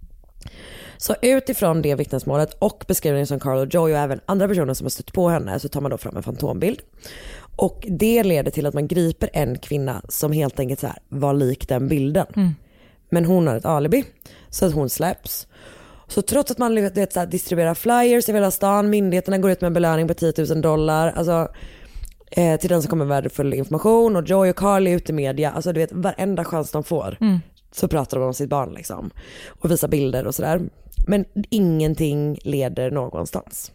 Så utifrån det vittnesmålet och beskrivningen som Carl och Joy och även andra personer som har stött på henne, så tar man då fram en fantombild. Och det leder till att man griper en kvinna som helt enkelt så här var lik den bilden. Mm. Men hon har ett alibi så att hon släpps. Så trots att man vet, så här, distribuerar flyers i hela stan, myndigheterna går ut med en belöning på tio tusen dollar, alltså eh, till den som kommer värdefull information, och Joy och Carl är ute i media, alltså du vet, varenda chans de får mm. så pratar de om sitt barn liksom och visar bilder och sådär. Men ingenting leder någonstans.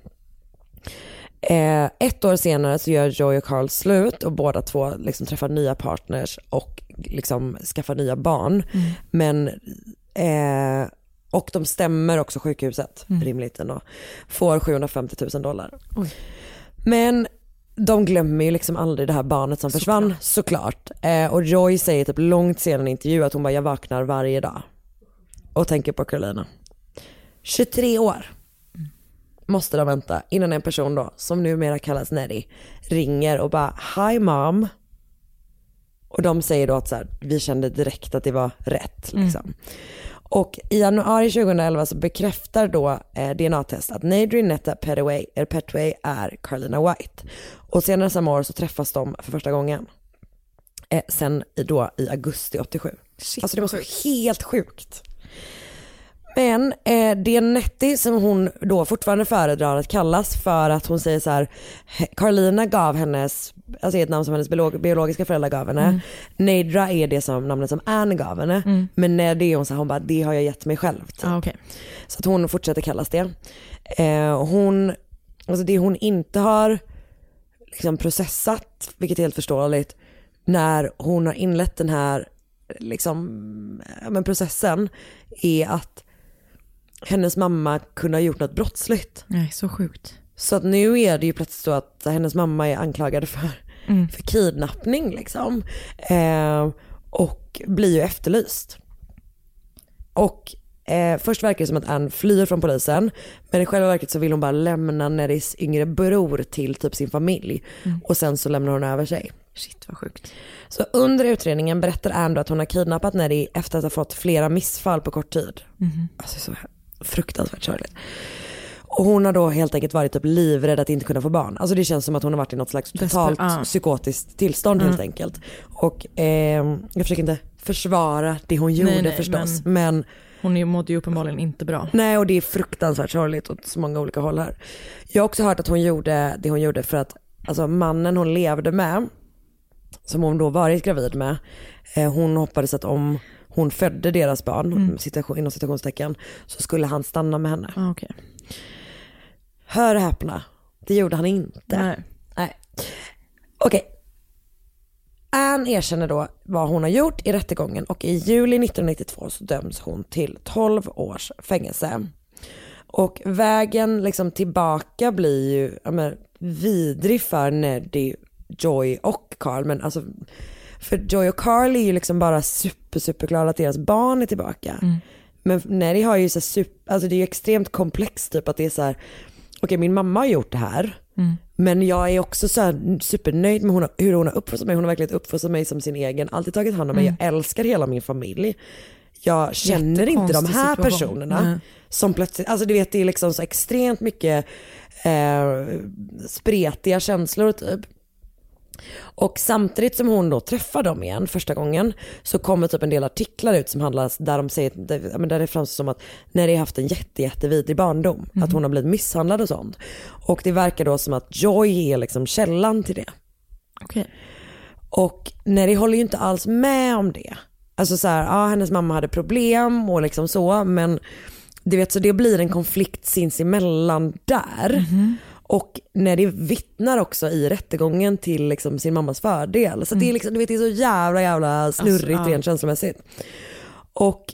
Eh, ett år senare så gör Joy och Carl slut och båda två liksom träffar nya partners och liksom skaffar nya barn. Mm. Men eh, och de stämmer också sjukhuset mm. rimligt ändå. Får sjuhundrafemtio tusen dollar. Oj. Men de glömmer ju liksom aldrig det här barnet som försvann, såklart. såklart. Eh, och Joy säger typ långt senare i en intervju att hon bara, jag vaknar varje dag och tänker på Carolina. tjugotre år måste de vänta innan en person då, som numera kallas Neddy, ringer och bara, hi mom. Och de säger då att så här, vi kände direkt att det var rätt liksom. Mm. Och i januari tjugoelva så bekräftar då eh, D N A-test att Nadri Netta Petway, er Petway är Carolina White. Och senare samma år så träffas de för första gången. Eh, sen i, då, i augusti åttiosju. Shit, alltså det var så helt sjukt. Men eh, det är Nettie som hon då fortfarande föredrar att kallas, för att hon säger så här: Carolina gav hennes, alltså ett namn som hennes biolog, biologiska föräldrar gav henne. Mm. Nadra är det som namnet som Anne gav henne. Mm. Men när det är hon så här, hon bara, det har jag gett mig själv. Typ. Ah, okay. Så att hon fortsätter kallas det. Eh, hon, alltså det hon inte har liksom processat, vilket är helt förståeligt, när hon har inlett den här liksom, men processen, är att hennes mamma kunde ha gjort något brottsligt. Nej, så sjukt. Så att nu är det ju plötsligt så att hennes mamma är anklagad för, mm. för kidnappning liksom. Eh, och blir ju efterlyst. Och eh, först verkar det som att Anne flyr från polisen, men i själva verket så vill hon bara lämna Neddys yngre bror till typ sin familj. Mm. Och sen så lämnar hon över sig. Shit, vad sjukt. Så under utredningen berättar Anne att hon har kidnappat Neddy efter att ha fått flera missfall på kort tid. Mm. Alltså så fruktansvärt sorgligt. Och hon har då helt enkelt varit typ livrädd att inte kunna få barn. Alltså det känns som att hon har varit i något slags totalt Desper- ah. psykotiskt tillstånd mm. helt enkelt. Och eh, jag försöker inte försvara det hon gjorde nej, nej, förstås. Men, men hon mådde ju uppenbarligen inte bra. Nej, och det är fruktansvärt sorgligt åt så många olika håll här. Jag har också hört att hon gjorde det hon gjorde för att alltså mannen hon levde med, som hon då varit gravid med, eh, hon hoppades att om hon födde deras barn, mm. situation, inom citationstecken, så skulle han stanna med henne. Ah, okay. Hör häpna, det gjorde han inte. Nej. Nej. Okej. Anne erkänner då vad hon har gjort i rättegången och i juli nittonhundranittiotvå så döms hon till tolv års fängelse. Och vägen liksom tillbaka blir ju ja, men, vidrig för Neddy, Joy och Carl. Men alltså, för Joy och Carl är ju liksom bara super, super glada att deras barn är tillbaka. Mm. Men Neddy har ju så super, alltså det är ju extremt komplext typ att det är så här, okej okay, min mamma har gjort det här. Mm. Men jag är också så här supernöjd med hon har, hur hon har uppfostrat mig. Hon har verkligen uppfostrat mig som sin egen, alltid tagit hand om mig. Mm. Jag älskar hela min familj. Jag känner inte de här situation. personerna mm. som plötsligt, alltså du vet det är liksom så extremt mycket eh, spretiga känslor typ. Och samtidigt som hon då träffar dem igen första gången så kommer typ en del artiklar ut som handlar där de säger, där, där det framstår som att när de har haft en jätte, jättevidrig barndom mm. att hon har blivit misshandlad och sånt. Och det verkar då som att Joy är liksom källan till det. Okej. Okay. Och när de håller ju inte alls med om det. Alltså så här, ja hennes mamma hade problem och liksom så, men du vet så det blir en konflikt sinsemellan där. Mm-hmm. Och när de vittnar också i rättegången till liksom sin mammas fördel. Så mm. det är liksom, du vet det är så jävla jävla snurrigt alltså, rent ja. känslomässigt. Och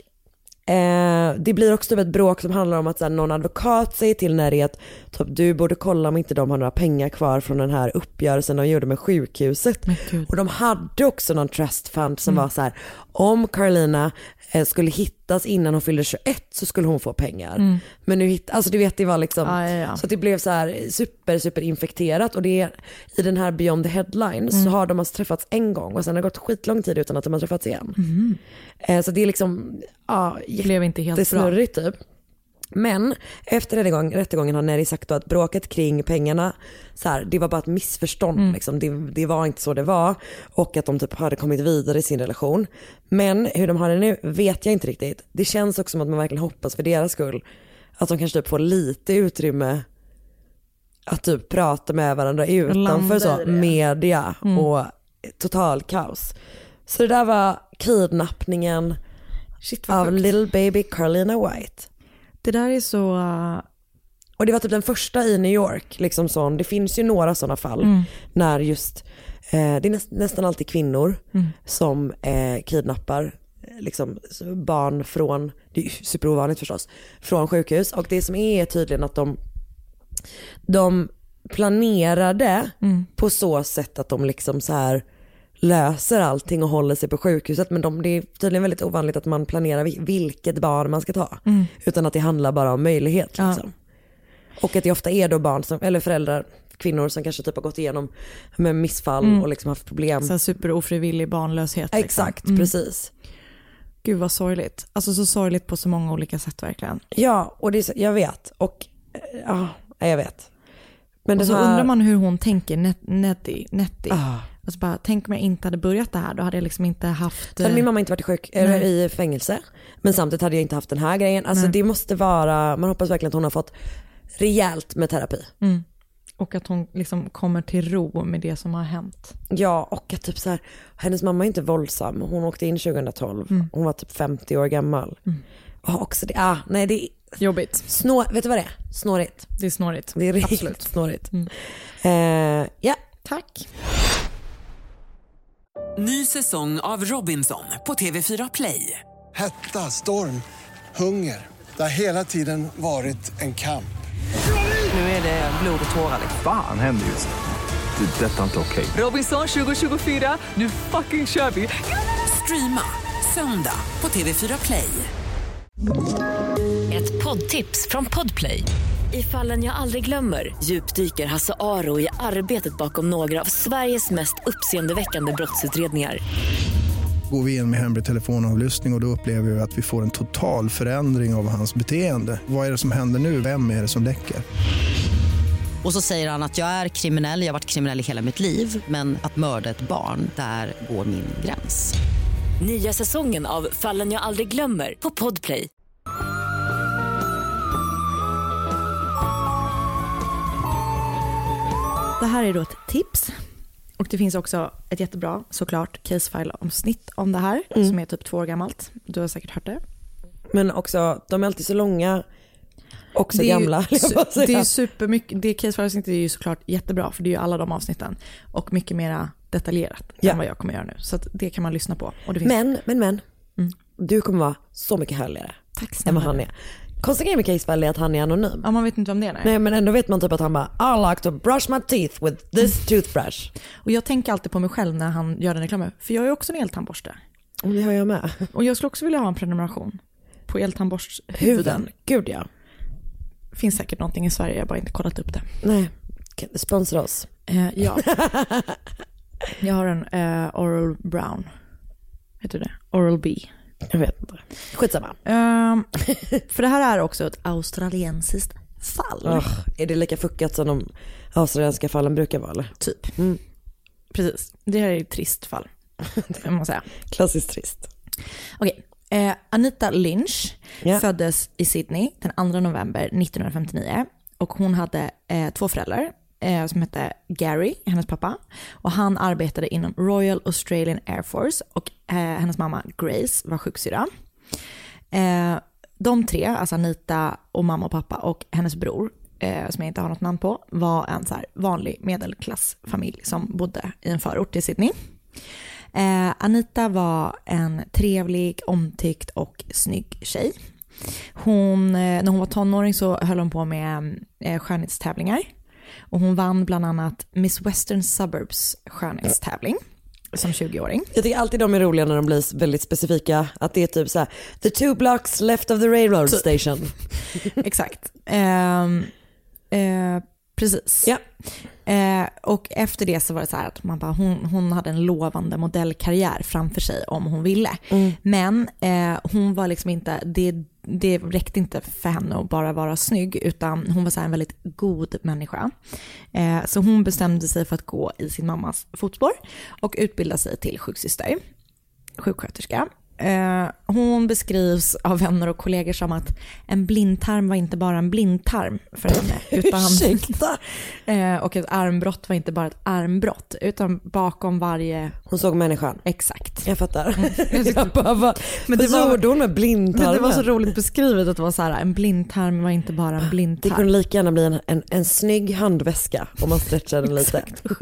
eh, det blir också typ ett bråk som handlar om att så här, någon advokat säger till Neddy att typ, du borde kolla om inte de har några pengar kvar från den här uppgörelsen de gjorde med sjukhuset. Och de hade också någon trust fund som mm. var så här, om Carolina eh, skulle hittas innan hon fyllde tjugoett så skulle hon få pengar. Mm. Men nu hitt, alltså du vet det var liksom ah, ja, ja. så att det blev så här super super infekterat och det är, i den här Beyond the Headlines mm. så har de alltså träffats en gång och sen har det gått skitlång tid utan att de har träffats igen. Mm. Eh, så det är liksom ja, det blev inte helt bra. Typ. Men efter rättegång, rättegången har Neddy sagt då att bråket kring pengarna så här, det var bara ett missförstånd mm. liksom. det, det var inte så det var och att de typ hade kommit vidare i sin relation. Men hur de har det nu vet jag inte riktigt. Det känns också som att man verkligen hoppas för deras skull att de kanske typ får lite utrymme att typ prata med varandra utanför så, media mm. och total kaos. Så det där var kidnappningen Shit, av sjukt. Little Baby Carolina White. Det där är så... Och det var typ den första i New York. Liksom sån. Det finns ju några sådana fall mm. när just, eh, det är näst, nästan alltid kvinnor mm. som eh, kidnappar liksom, barn från, det är superovanligt förstås, från sjukhus. Och det som är tydligen att de, de planerade mm. på så sätt att de liksom så här löser allting och håller sig på sjukhuset, men de, det är tydligen väldigt ovanligt att man planerar vilket barn man ska ta mm. utan att det handlar bara om möjlighet liksom. Ja. Och att det ofta är då barn som, eller föräldrar, kvinnor som kanske typ har gått igenom med missfall mm. och liksom haft problem. Så superofrivillig barnlöshet liksom. Exakt, mm. precis. Gud vad sorgligt. Alltså så sorgligt på så många olika sätt verkligen. Ja, och det är så, jag vet och ja, jag vet. Men och så här... undrar man hur hon tänker net, Neddy, Neddy. Ah. Alltså bara, tänk om jag inte hade börjat det här, då hade jag liksom inte haft... Så hade min mamma inte varit sjuk, eller i fängelse. Men samtidigt hade jag inte haft den här grejen. Alltså Nej. det måste vara, man hoppas verkligen att hon har fått rejält med terapi. Mm. Och att hon liksom kommer till ro med det som har hänt. Ja, och att typ så här, hennes mamma är inte våldsam. Hon åkte in tjugohundratolv. Mm. Hon var typ femtio år gammal. Mm. Och också det, ah, nej det är... Jobbigt. Snår, vet du vad det är? Snårigt. Det är snårigt. Det är riktigt Absolut. snårigt. Mm. Uh, ja, tack. Ny säsong av Robinson på T V fyra Play. Hetta, storm, hunger. Det har hela tiden varit en kamp. Nu är det blod och tårar. Fan händer just det. Det är detta inte okej. Okay. Robinson tjugo tjugofyra, nu fucking kör vi. Streama söndag på T V fyra Play. Ett poddtips från Podplay. I Fallen jag aldrig glömmer djupdyker Hasse Aro i arbetet bakom några av Sveriges mest uppseendeväckande brottsutredningar. Går vi in med hemlig telefonavlyssning och, och då upplever vi att vi får en total förändring av hans beteende. Vad är det som händer nu? Vem är det som läcker? Och så säger han att jag är kriminell, jag har varit kriminell i hela mitt liv. Men att mörda ett barn, där går min gräns. Nya säsongen av Fallen jag aldrig glömmer på Podplay. Det här är då ett tips. Och det finns också ett jättebra, såklart, casefile-omsnitt om det här. Mm. Som är typ två år gammalt. Du har säkert hört det. Men också, de är alltid så långa. Också det är gamla. Ju, det är supermycket, det casefile-avsnittet är ju såklart jättebra. För det är ju alla de avsnitten. Och mycket mera detaljerat ja. än vad jag kommer göra nu. Så att det kan man lyssna på. Och det finns... Men, men, men. Mm. Du kommer vara så mycket härligare. Tack snälla. Än vad han är. Konstiga med Case är att han är anonym. Ja, man vet inte om det är. Nej. nej, men ändå vet man typ att han bara I like to brush my teeth with this toothbrush. Och jag tänker alltid på mig själv när han gör den reklamen. För jag är också en eltandborste. Och det har jag med. Och jag skulle också vilja ha en prenumeration på eltandborsthuvuden. Gud ja. Finns säkert någonting i Sverige, jag har bara inte kollat upp det. Nej, sponsra oss. Eh, ja. Jag har en eh, Oral Brown. Heter det? Oral B. Jag vet inte. Skitsamma. Um, för det här är också ett australiensiskt fall. Oh, är det lika fuckat som de australienska fallen brukar vara? Eller? Typ. Mm. Precis. Det här är ett trist fall. Kan man säga. Klassiskt trist. Okej. Eh, Anita Lynch yeah. föddes i Sydney den andra november nittonhundrafemtionio. Och hon hade eh, två föräldrar. Eh, som hette Gary, hennes pappa. Och han arbetade inom Royal Australian Air Force. Och eh, hennes mamma Grace var sjuksyra. Eh, de tre, alltså Anita och mamma och pappa och hennes bror, eh, som jag inte har något namn på, var en så här vanlig medelklassfamilj som bodde i en förort till Sydney. Eh, Anita var en trevlig, omtyckt och snygg tjej. Hon, eh, när hon var tonåring så höll hon på med eh, skönhetstävlingar. Och hon vann bland annat Miss Western Suburbs skönhetstävling som tjugoåring. Jag tycker alltid de är roliga när de blir väldigt specifika. Att det är typ så här, the two blocks left of the railroad så. Station. Exakt. Eh, eh, precis. Ja. Eh, och efter det så var det så här att man bara, hon, hon hade en lovande modellkarriär framför sig om hon ville. Mm. Men eh, hon var liksom inte, det, det räckte inte för henne att bara vara snygg, utan hon var så här en väldigt god människa. Eh, så hon bestämde sig för att gå i sin mammas fotspår och utbilda sig till sjuksyster, sjuksköterska. Eh, hon beskrivs av vänner och kollegor som att en blindtarm var inte bara en blindtarm för henne, utan eh, och ett armbrott var inte bara ett armbrott, utan bakom varje... Hon såg människan. Exakt. Jag fattar. Mm. Jag bara, vad, men det var hon med blindtarmen. Men det var så roligt beskrivet att det var så här, en blindtarm var inte bara en blindtarm. Det kunde lika gärna bli en, en, en snygg handväska om man stretchar den lite.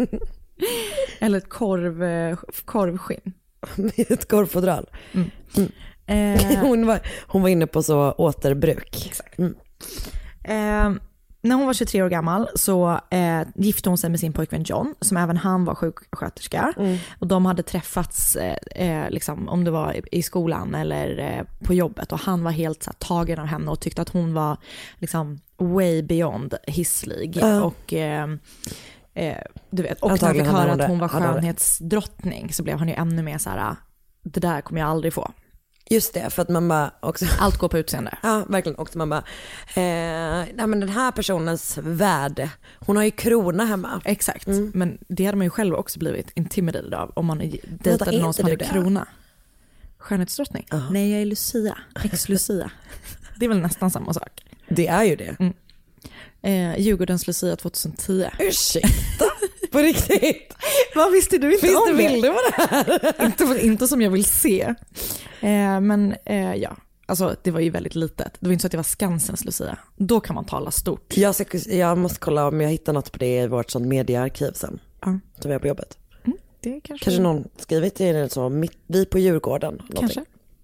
Eller ett korv, korvskinn. Ett korvfodral. Mm. Mm. Eh. Hon, var, hon var inne på så återbruk. Exakt. Mm. Eh, när hon var tjugotre år gammal så eh, gifte hon sig med sin pojkvän John, som även han var sjuksköterska. Mm. Och de hade träffats eh, liksom, om det var i, i skolan eller eh, på jobbet. Och han var helt så här, tagen av henne och tyckte att hon var liksom, way beyond hisslig. Uh. Och... Eh, Eh, du vet, och när han fick höra att hon var skönhetsdrottning så blev han ju ännu mer så här, det där kommer jag aldrig få. Just det, för att man bara också... Allt går på utseende. Ja, verkligen. Och man bara, eh, nej men den här personens värde, hon har ju krona hemma. Exakt, mm. Men det hade man ju själv också blivit intimidated av om man dejtade någon som hade det? krona. Skönhetsdrottning? Uh-huh. Nej, jag är Lucia, ex-Lucia. Det är väl nästan samma sak. Det är ju det. Mm. Eh, Djurgårdens Lucia tjugohundratio. Ursäkta, på riktigt. Vad visste du inte Finns om det bilder på det här? inte, inte som jag vill se. Eh, men eh, ja, alltså det var ju väldigt litet. Det var inte så att det var Skansens Lucia. Då kan man tala stort. Jag, ska, jag måste kolla om jag hittar något på det i vårt sånt mediearkiv sen. Mm. Som vi har på jobbet. Mm, det kanske... kanske någon skrivit till det så, vi på Djurgården. Kanske.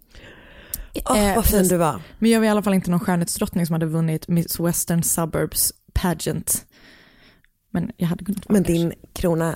Åh, oh, vad fin du var. Men jag var i alla fall inte någon skönhetsdrottning som hade vunnit Miss Western Suburbs pageant. Men jag hade kunnat vara. Men din krona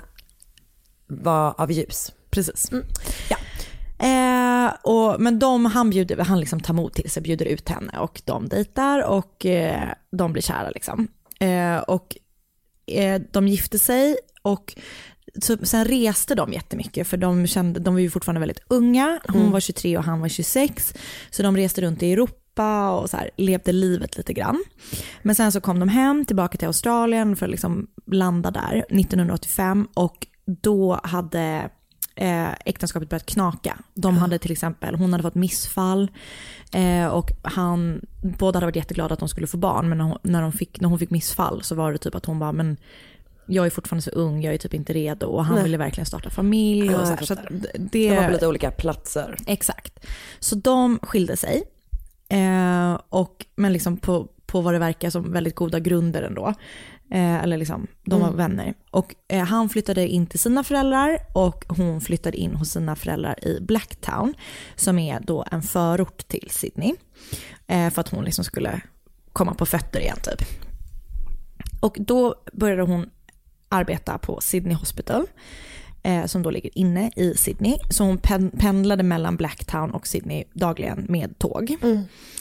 var av ljus. Precis. Mm. Ja. Eh, och, men de, han, bjuder, han liksom tar mod till sig, bjuder ut henne och de dejtar och eh, de blir kära liksom. Eh, och eh, de gifte sig och så, sen reste de jättemycket för de, kände, de var ju fortfarande väldigt unga. Hon mm. var tjugotre och han var tjugosex. Så de reste runt i Europa och så här, levde livet lite grann. Men sen så kom de hem tillbaka till Australien för att liksom landa där nittonhundraåttiofem. Och då hade eh, äktenskapet börjat knaka. De mm. hade till exempel, hon hade fått missfall. Eh, och han, båda hade varit jätteglada att de skulle få barn. Men när hon, när, de fick, när hon fick missfall så var det typ att hon bara, men jag är fortfarande så ung, jag är typ inte redo. Och han Nej. ville verkligen starta familj. Och ja, så här, så att det, det var på lite olika platser. Exakt. Så de skilde sig. Eh, och, men liksom på, på vad det verkar som väldigt goda grunder ändå. Eh, eller liksom, de var mm. vänner. Och eh, han flyttade in till sina föräldrar och hon flyttade in hos sina föräldrar i Blacktown, som är då en förort till Sydney. Eh, för att hon liksom skulle komma på fötter igen typ. Och då började hon arbeta på Sydney Hospital, eh, som då ligger inne i Sydney. Så hon pen- pendlade mellan Blacktown och Sydney dagligen med tåg. Mm.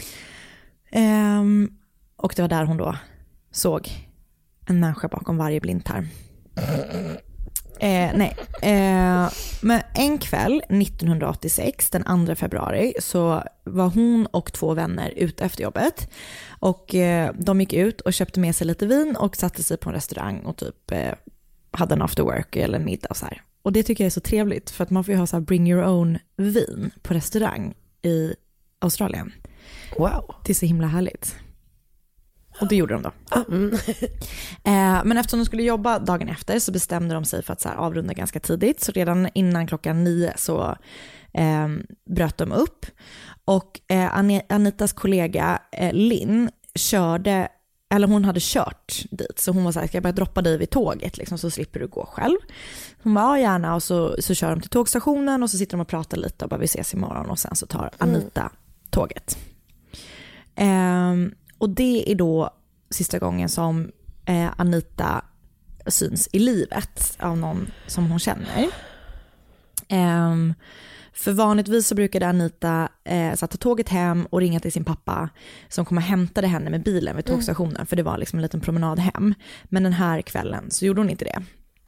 Eh, och det var där hon då såg en människa bakom varje blindtarm. Eh, nej. Eh, men en kväll nittonhundraåttiosex, den andra februari, så var hon och två vänner ute efter jobbet. Och eh, de gick ut och köpte med sig lite vin och satte sig på en restaurang och typ eh, hade en after work eller en middag och så här. Och det tycker jag är så trevligt, för att man får ju ha så här bring your own vin på restaurang i Australien. Wow. Det är så himla härligt. Och det gjorde de då. Mm. eh, men eftersom de skulle jobba dagen efter så bestämde de sig för att så här avrunda ganska tidigt. Så redan innan klockan nio så eh, bröt de upp. Och eh, Anitas kollega eh, Lynn körde, eller hon hade kört dit. Så hon var så här, ska jag bara droppa dig vid tåget liksom, så slipper du gå själv. Hon bara, ja gärna. Och så, så kör de till tågstationen och så sitter de och pratar lite och bara, vi ses imorgon. Och sen så tar Anita mm. tåget. Eh, Och det är då sista gången som eh, Anita syns i livet av någon som hon känner. Eh, för vanligtvis så brukade Anita eh, sätta tåget hem och ringa till sin pappa som kom och hämtade henne med bilen vid tågstationen. Mm. För det var liksom en liten promenad hem. Men den här kvällen så gjorde hon inte det.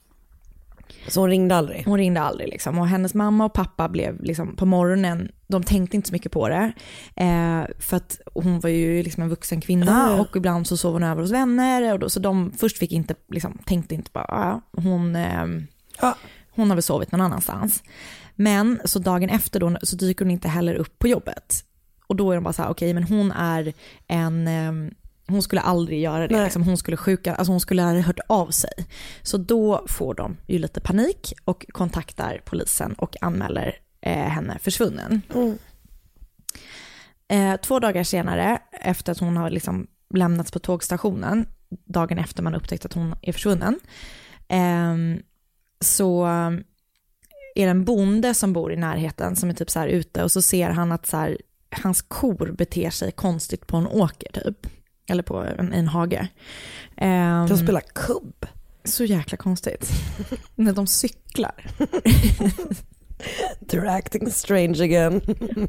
Så hon ringde aldrig? Hon ringde aldrig liksom. Och hennes mamma och pappa blev liksom på morgonen, de tänkte inte så mycket på det. Eh, för att hon var ju liksom en vuxen kvinna mm. och ibland så sov hon över hos vänner. Och då, så de först fick inte, liksom, tänkte inte bara, ja, hon, eh, ja. hon har väl sovit någon annanstans. Men så dagen efter då så dyker hon inte heller upp på jobbet. Och då är de bara så här, okej, okay, men hon är en... Eh, hon skulle aldrig göra det. Liksom, hon skulle sjuka, alltså hon skulle ha hört av sig. Så då får de ju lite panik och kontaktar polisen och anmäler eh, henne försvunnen. Mm. Eh, två dagar senare, efter att hon har liksom lämnats på tågstationen, dagen efter man upptäckt att hon är försvunnen, eh, så är det en bonde som bor i närheten som är typ så här ute, och så ser han att så här, hans kor beter sig konstigt på en åker typ. Eller på en, en hage. Um, de spelar kubb. Så jäkla konstigt. När de cyklar. They're acting strange again.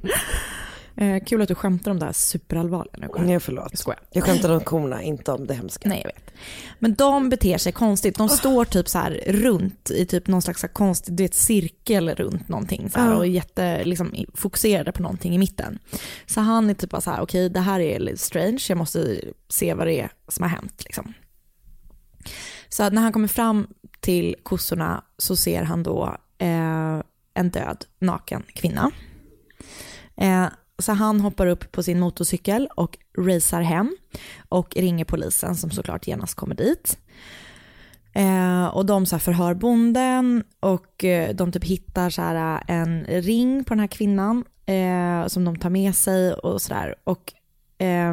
eh, kul att du skämtar om det här superallvarliga. Nej, förlåt. Jag skojar. Jag skämtar om korna, inte om det hemska. Nej, jag vet. Men de beter sig konstigt. De oh. står typ så här runt i typ någon slags så här konstig, du vet, cirkel runt någonting så här, oh. och är jätte liksom fokuserade på någonting i mitten. Så han är typ bara så här, okej, okay, det här är lite strange. Jag måste se vad det är som har hänt liksom. Så att när han kommer fram till kossorna så ser han då eh, en död, naken kvinna. Eh, så han hoppar upp på sin motorcykel och racear hem och ringer polisen som såklart genast kommer dit. Eh, och de så här förhör bonden och eh, de typ hittar så här en ring på den här kvinnan eh, som de tar med sig och sådär. Och eh,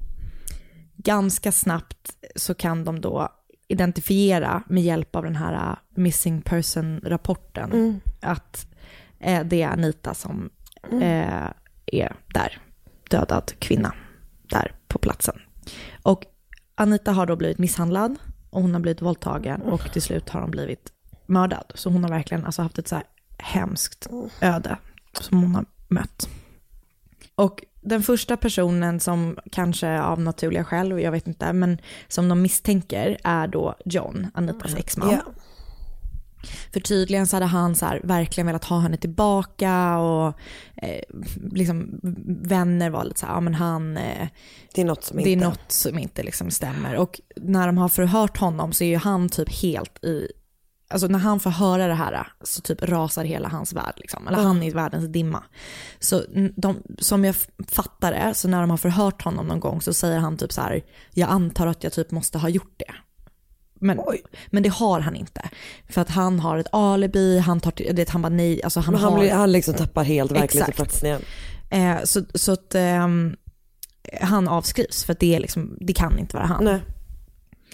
ganska snabbt så kan de då identifiera med hjälp av den här missing person-rapporten mm. att eh, det är Anita som mm. eh, är där, dödad kvinna där på platsen. Och Anita har då blivit misshandlad och hon har blivit våldtagen och till slut har hon blivit mördad. Så hon har verkligen alltså haft ett så här hemskt öde som hon har mött. Och den första personen som kanske av naturliga skäl, jag vet inte, men som de misstänker är då John, Anitas exman. Yeah. För tydligen så hade han så här verkligen velat ha henne tillbaka och eh, liksom vänner var lite så här, ja men han eh, det är något som det inte är något som inte liksom stämmer. Och när de har förhört honom så är ju han typ helt i, alltså när han får höra det här så typ rasar hela hans värld liksom, eller mm. han är i världens dimma. Så de, som jag fattar det, så när de har förhört honom någon gång så säger han typ så här, jag antar att jag typ måste ha gjort det. Men, men det har han inte. För att han har ett alibi, han tar det, han bara nej, alltså han, han, har, blir, han liksom tappar helt verklighetsuppfattningen. Eh, så så att eh, han avskrivs för att det är liksom, det kan inte vara han. Nej.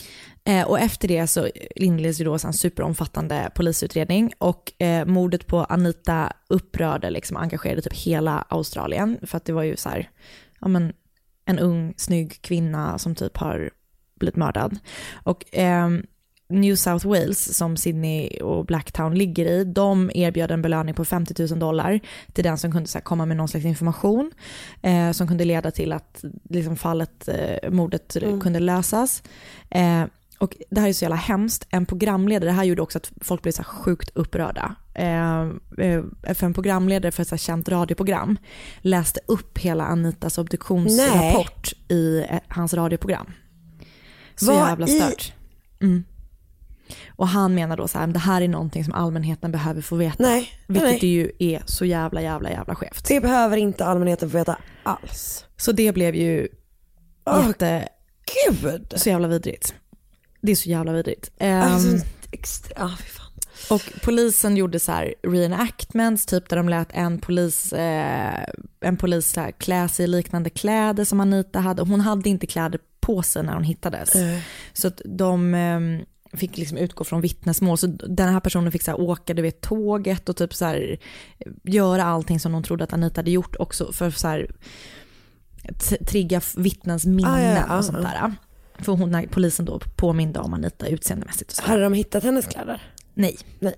Eh, och efter det så inleds ju då en superomfattande polisutredning och eh, mordet på Anita upprörde liksom engagerade typ hela Australien för att det var ju så här, ja men en ung snygg kvinna som typ har blivit mördad. Och eh, New South Wales som Sydney och Blacktown ligger i, de erbjöd en belöning på femtio tusen dollar till den som kunde så här, komma med någon slags information eh, som kunde leda till att liksom, fallet, eh, mordet mm. kunde lösas. Eh, och det här är så jävla hemskt. En programledare, det här gjorde också att folk blev så här sjukt upprörda. Eh, eh, för en programledare för ett så här känt radioprogram läste upp hela Anitas obduktionsrapport Nej. i eh, hans radioprogram. Så Vad jävla stört. I... Mm. Och han menar då så här, det här är någonting som allmänheten behöver få veta. Nej, vilket nej. ju är så jävla jävla jävla skevt. Det behöver inte allmänheten få veta alls. Så det blev ju oh, jätte Gud. så jävla vidrigt. Det är så jävla vidrigt. Um, alltså, extra, oh, fy fan. Och polisen gjorde så här reenactments typ där de lät en polis eh, en polis så här, klä sig i liknande kläder som Anita hade. Hon hade inte kläder på sig när hon hittades. Mm. Så att de eh, fick liksom utgå från vittnesmål. Så den här personen fick så här, åka du vet, tåget och typ så här, göra allting som de trodde att Anita hade gjort också för så här, t- trigga vittnens minnen ah, ja, ja, och sånt där. För hon, när polisen då påminde om Anita utseendemässigt. Och så hade de hittat hennes kläder? Nej. Nej.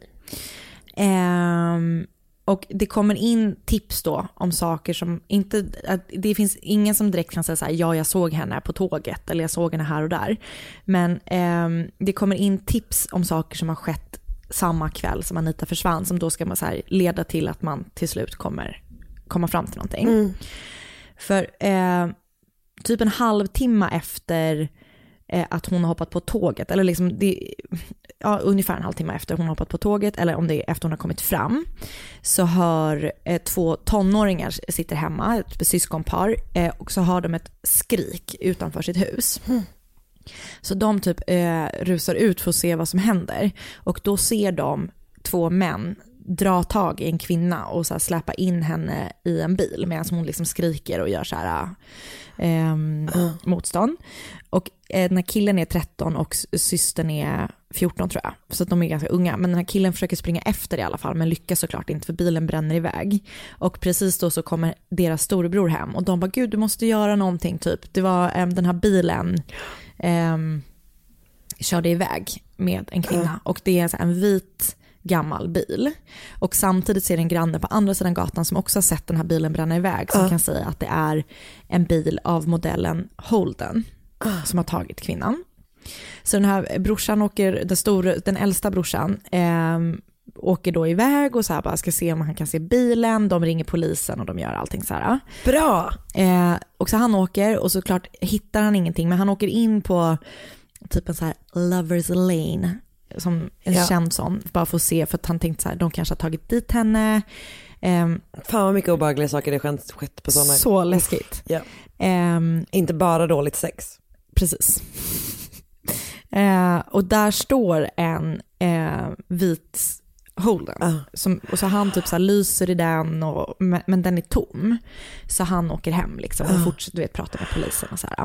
Ehm, och det kommer in tips då om saker som inte, att det finns ingen som direkt kan säga så här, ja jag såg henne på tåget eller jag såg henne här och där. Men ehm, det kommer in tips om saker som har skett samma kväll som Anita försvann som då ska man så här leda till att man till slut kommer komma fram till någonting. Mm. För eh, typ en halvtimme efter eh, att hon har hoppat på tåget eller liksom det, ja, ungefär en halvtimme efter hon har hoppat på tåget eller om det är efter hon har kommit fram så hör eh, två tonåringar sitter hemma, ett syskonpar eh, och så har de ett skrik utanför sitt hus. Mm. Så de typ eh, rusar ut för att se vad som händer och då ser de två män dra tag i en kvinna och så här släppa in henne i en bil medan hon liksom skriker och gör så här eh, uh. motstånd. Och eh, den här killen är tretton och systern är fjorton tror jag. Så att de är ganska unga. Men den här killen försöker springa efter i alla fall men lyckas såklart inte för bilen bränner iväg. Och precis då så kommer deras storebror hem och de bara gud du måste göra någonting typ. Det var eh, den här bilen eh, körde iväg med en kvinna uh. och det är så här, en vit gammal bil och samtidigt ser en granne på andra sidan gatan som också har sett den här bilen bränna iväg som uh. kan säga att det är en bil av modellen Holden uh. som har tagit kvinnan. Så den här brorsan åker, den, stora, den äldsta brorsan eh, åker då iväg och så här bara ska se om han kan se bilen, de ringer polisen och de gör allting så här. Bra! Eh, och så han åker och såklart hittar han ingenting men han åker in på typ en så här Lovers Lane som en ja. känd sån, bara för att se för att han tänkte så här, de kanske har tagit dit henne. Um, Fan vad mycket obehagliga saker det har skett på sådana. Så läskigt. Ja. Um, Inte bara dåligt sex. Precis. uh, och där står en uh, vit Holden. Uh. Som, och så han typ så här lyser i den och, men, men den är tom. Så han åker hem liksom och uh. fortsätter du vet, prata med polisen och så här.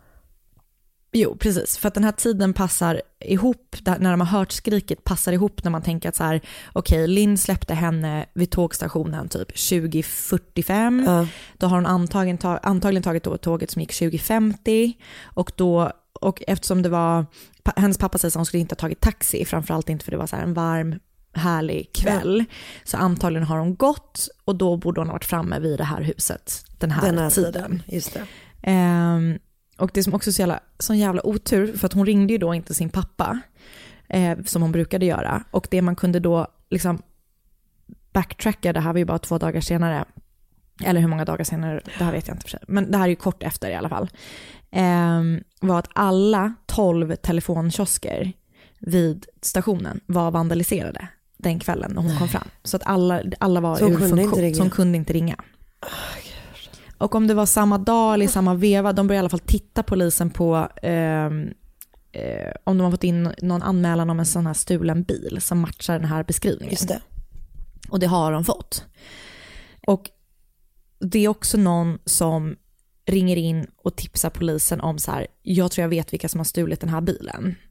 Jo, precis. För att den här tiden passar ihop, när de har hört skriket passar ihop när man tänker att så här, okej, okay, Lynn släppte henne vid tågstationen typ tjugo fyrtiofem. Uh. Då har hon antagligen, tag, antagligen tagit då tåget som gick tjugo femtio. Och då, och eftersom det var, hennes pappa säger att hon skulle inte ha tagit taxi, framförallt inte för det var så här en varm, härlig kväll. Uh. Så antagligen har hon gått och då borde hon ha varit framme vid det här huset den här, den här tiden. tiden. Just det. Um, Och det som också är så jävla, så jävla otur för att hon ringde ju då inte sin pappa eh, som hon brukade göra. Och det man kunde då liksom backtracka, det här var ju bara två dagar senare. Eller hur många dagar senare, det här vet jag inte för sig. Men det här är ju kort efter i alla fall. Eh, var att alla tolv telefonkiosker vid stationen var vandaliserade den kvällen när hon Nej. kom fram. Så att alla, alla var ur funktion, som kunde inte ringa. Och om det var samma dag eller samma veva, de började i alla fall titta polisen på eh, eh, om de har fått in någon anmälan om en sån här stulen bil som matchar den här beskrivningen. Just det. Och det har de fått. Och det är också någon som ringer in och tipsar polisen om så här, jag tror jag vet vilka som har stulit den här bilen.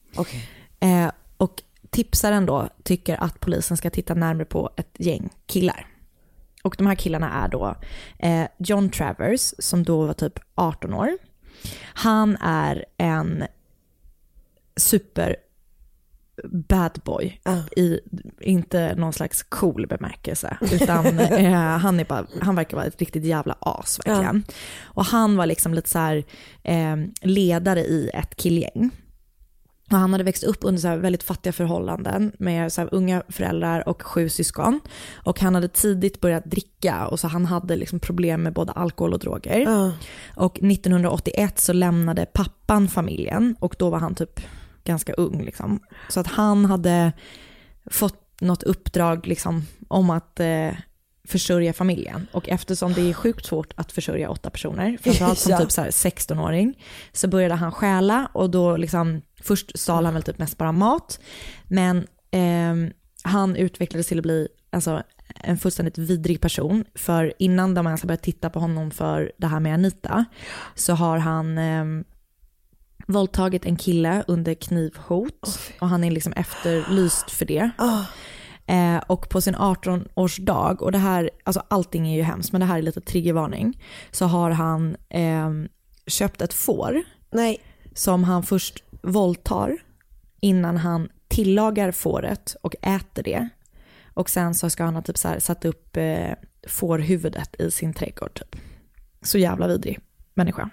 Okay. Eh, och tipsaren då tycker att polisen ska titta närmare på ett gäng killar. Och de här killarna är då eh, John Travers, som då var typ arton år. Han är en super bad boy, uh. i inte någon slags cool bemärkelse, utan eh, han, är bara, han verkar vara ett riktigt jävla as verkligen. Uh. Och han var liksom lite så här eh, ledare i ett killgäng. Och han hade växt upp under så här väldigt fattiga förhållanden med så här unga föräldrar och sju syskon. Och han hade tidigt börjat dricka, och så han hade liksom problem med både alkohol och droger. Uh. Och nittonhundraåttioett så lämnade pappan familjen, och då var han typ ganska ung liksom. Så att han hade fått något uppdrag liksom om att eh, försörja familjen. Och eftersom det är sjukt svårt att försörja åtta personer, framförallt som ja. typ så här sexton-åring, så började han stjäla, och då liksom först stal han väl typ mest bara mat, men eh, han utvecklades till att bli alltså en fullständigt vidrig person. För innan de ens började titta på honom för det här med Anita, så har han eh, våldtagit en kille under knivhot, oh. och han är liksom efterlyst för det. Oh. Eh, och på sin arton-årsdag, och det här, alltså allting är ju hemskt, men det här är lite triggervarning, så har han eh, köpt ett får. Nej. Som han först våldtar innan han tillagar fåret och äter det. Och sen så ska han ha typ så här satt upp eh, fårhuvudet i sin trädgård typ. Så jävla vidrig människa.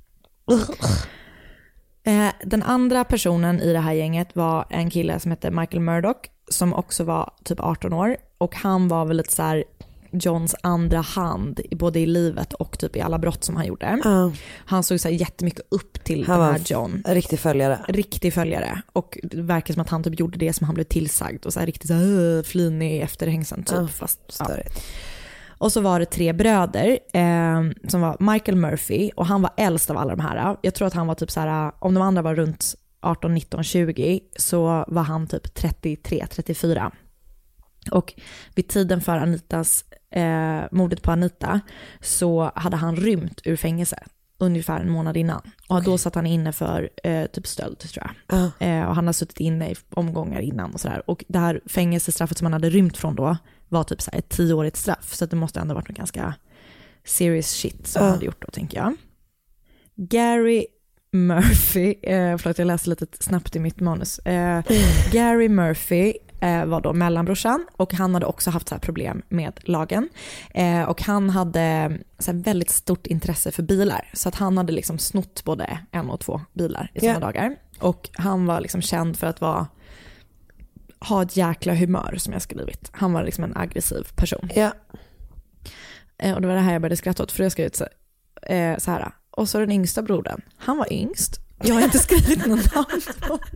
eh, den andra personen i det här gänget var en kille som hette Michael Murdoch, som också var typ arton år, och han var väl lite så här Johns andra hand både i livet och typ i alla brott som han gjorde. Uh. Han såg så här jättemycket upp till han den här John. Riktig följare. Riktig följare. Och det verkar som att han typ gjorde det som han blev tillsagd, och så här riktigt så här flinig efter hängseln typ. Uh, fast ja. Och så var det tre bröder eh, som var Michael Murphy, och han var äldst av alla de här. Jag tror att han var typ så här, om de andra var runt arton, nitton, tjugo, så var han typ trettiotre, trettiofyra. Och vid tiden för Anitas eh, mordet på Anita så hade han rymt ur fängelse ungefär en månad innan. Och okay. Då satt han inne för eh, typ stöld, tror jag. Uh. Eh, och han har suttit inne i omgångar innan och sådär. Och det här fängelsestraffet som han hade rymt från då var typ så här ett tioårigt straff. Så det måste ändå varit något ganska serious shit som uh. han hade gjort då, tänker jag. Gary Murphy, eh, förlåt jag läser lite snabbt i mitt manus. Eh, mm. Gary Murphy eh, var då mellanbrorsan, och han hade också haft så här problem med lagen. Eh, och han hade så här väldigt stort intresse för bilar, så att han hade liksom snott både en och två bilar i sina yeah. dagar. Och han var liksom känd för att vara ha ett jäkla humör, som jag skrivit. Han var liksom en aggressiv person. Yeah. Eh, och det var det här jag började skratta åt, för jag skrev så, eh, så här. Och så den yngsta brodern, han var yngst. Jag har inte skrivit någon namn på honom.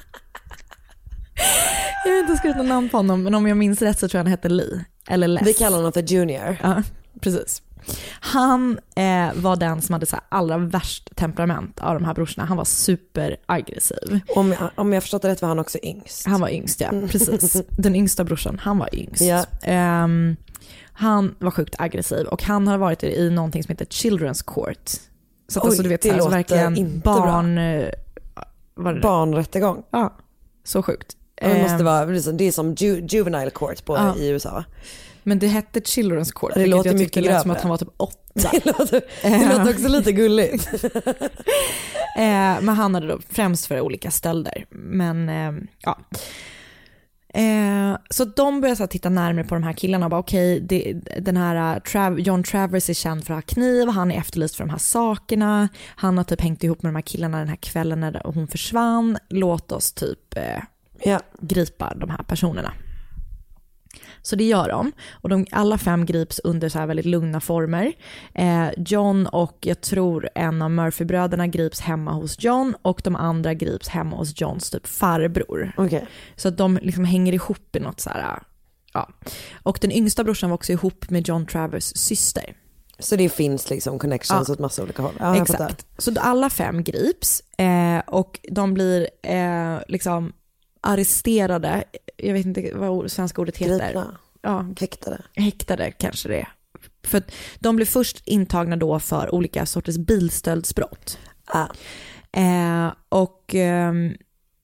Jag har inte skrivit någon namn på honom, men om jag minns rätt så tror jag han hette Lee. Eller Les. Vi kallar honom för Junior. Ja, precis. Han eh, var den som hade så här allra värst temperament av de här brorsorna. Han var superaggressiv. Om jag, om jag förstått det rätt var han också yngst. Han var yngst, ja. Precis. Den yngsta brorsan, han var yngst. Ja. Um, han var sjukt aggressiv, och han har varit i någonting som heter Children's Court. Så att, Oj, alltså, du vet, det så här, låter så verkligen inte barn, bra. Barnrättegång. Ja, så sjukt. Det måste vara, det är som ju, juvenile court på, ja. i U S A. Men det hette Children's Court. Det låter jag mycket grövre. Som att han var typ åtta. Det låter, det låter också lite gulligt. Men han hade då främst för olika stölder. Men ja. Eh, så de började så titta närmare på de här killarna och bara okej, okay, den här Trav- John Travers är känd för att ha kniv, han är efterlyst för de här sakerna, han har typ hängt ihop med de här killarna den här kvällen när hon försvann, låt oss typ eh, ja. gripa de här personerna. Så det gör de, och de, alla fem grips under så här väldigt lugna former. eh, John och jag tror en av Murphy-bröderna grips hemma hos John, och de andra grips hemma hos Johns typ farbror. Okay. Så att de liksom hänger ihop i något så här, ja. Och den yngsta brorsan var också ihop med John Travers syster. Så det finns liksom connections ja. åt massa olika håll. Ja, exakt. Så alla fem grips eh, och de blir eh, liksom arresterade. Jag vet inte vad svenska ordet heter. Gripna. Ja, häktade. Häktade kanske det är. För de blev först intagna då för olika sorters bilstöldsbrott. Ah. Eh, och eh,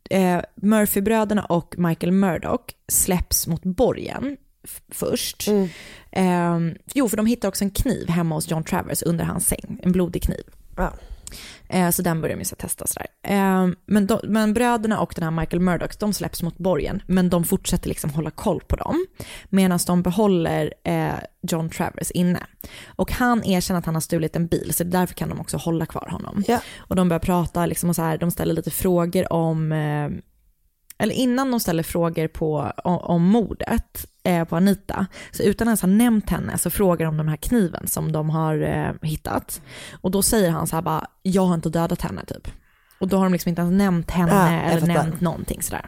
eh, Murphy-bröderna och Michael Murdoch släpps mot borgen f- först. Mm. Eh, jo, för de hittar också en kniv hemma hos John Travers under hans säng. En blodig kniv. Ja. Eh, så den börjar de så testa. Sådär. Eh, men, de, men bröderna och den här Michael Murdoch, de släpps mot borgen. Men de fortsätter liksom hålla koll på dem. Medan de behåller eh, John Travers inne. Och han erkänner att han har stulit en bil. Så därför kan de också hålla kvar honom. Ja. Och de börjar prata liksom, och så här, de ställer lite frågor om... Eh, eller innan de ställer frågor på, om, om mordet eh, på Anita, så utan ens ha nämnt henne så frågar de den här kniven som de har eh, hittat. Och då säger han så här bara, jag har inte dödat henne typ. Och då har de liksom inte ens nämnt henne ja, eller nämnt någonting sådär.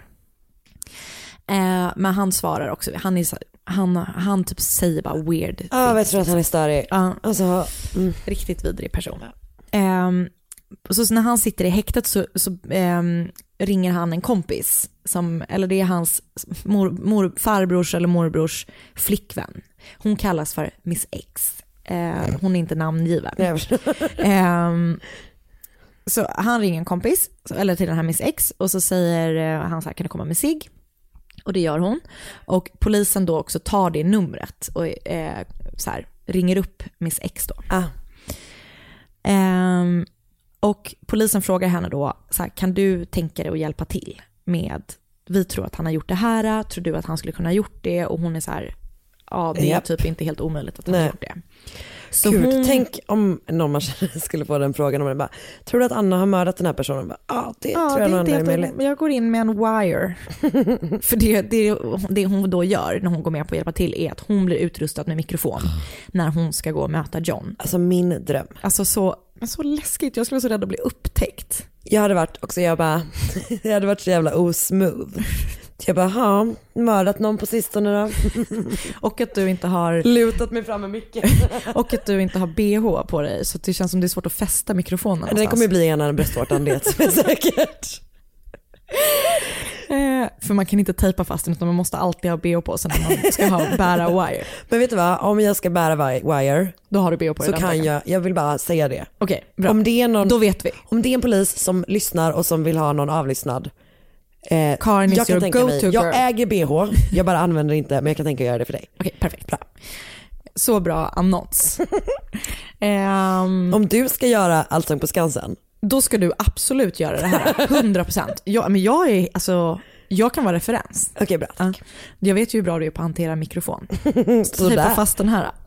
Eh, men han svarar också, han, är så, han, han typ säger bara weird Ja, ah, jag tror att han är störig. Ja, alltså, mm. Riktigt vidrig person. Eh, så när han sitter i häktet så, så eh, ringer han en kompis som, eller det är hans mor, mor, farbrors eller morbrors flickvän. Hon kallas för Miss X. Eh, hon är inte namngiven. eh, så han ringer en kompis, eller till den här Miss X, och så säger eh, han så här, kan du komma med sig? Och det gör hon. Och polisen då också tar det numret och eh, så här, ringer upp Miss X då. Ah. Eh, Och polisen frågar henne då, så här, kan du tänka dig att hjälpa till med, vi tror att han har gjort det här, tror du att han skulle kunna ha gjort det? Och hon är så här, ja det är yep. typ inte helt omöjligt att han Nej. har gjort det. Så Kul, hon... tänk om någon man skulle få den frågan och man bara, tror du att Anna har mördat den här personen? Ja, ah, det ja, tror jag nog är möjligt. Jag går in med en wire. För det, det, det hon då gör när hon går med på att hjälpa till är att hon blir utrustad med mikrofon när hon ska gå och möta John. Alltså min dröm. Alltså så, så läskigt, jag skulle vara så rädd att bli upptäckt. Jag hade varit också, jag bara, jag hade varit så jävla osmooth. Jag bara, ha, mördat någon på sistone då. Och att du inte har lutat mig fram med mycket. Och att du inte har B H på dig, så det känns som det är svårt att fästa mikrofonen någonstans. Det kommer ju bli en annan bröstvårtan, det som är säkert. Eh, för man kan inte tejpa fast den, utan man måste alltid ha B H på sig när man ska ha, bära wire. Men vet du vad, om jag ska bära wire, då har du B H på så dig. Så kan jag, jag vill bara säga det. Okej, bra. Om det är någon, då vet vi. Om det är en polis som lyssnar och som vill ha någon avlyssnad, Eh, Karin is jag kan your tänka mig, girl. jag äger B H, jag bara använder det inte, men jag kan tänka göra det för dig. Okej, okay, perfekt. Bra. Så bra annons. um, Om du ska göra Allsång på Skansen, då ska du absolut göra det här, hundra procent. Jag, men jag är, alltså, jag kan vara referens. Okej, okay, bra. Tack. Jag vet ju hur bra du är på att hantera mikrofon. Tejpa fast den här.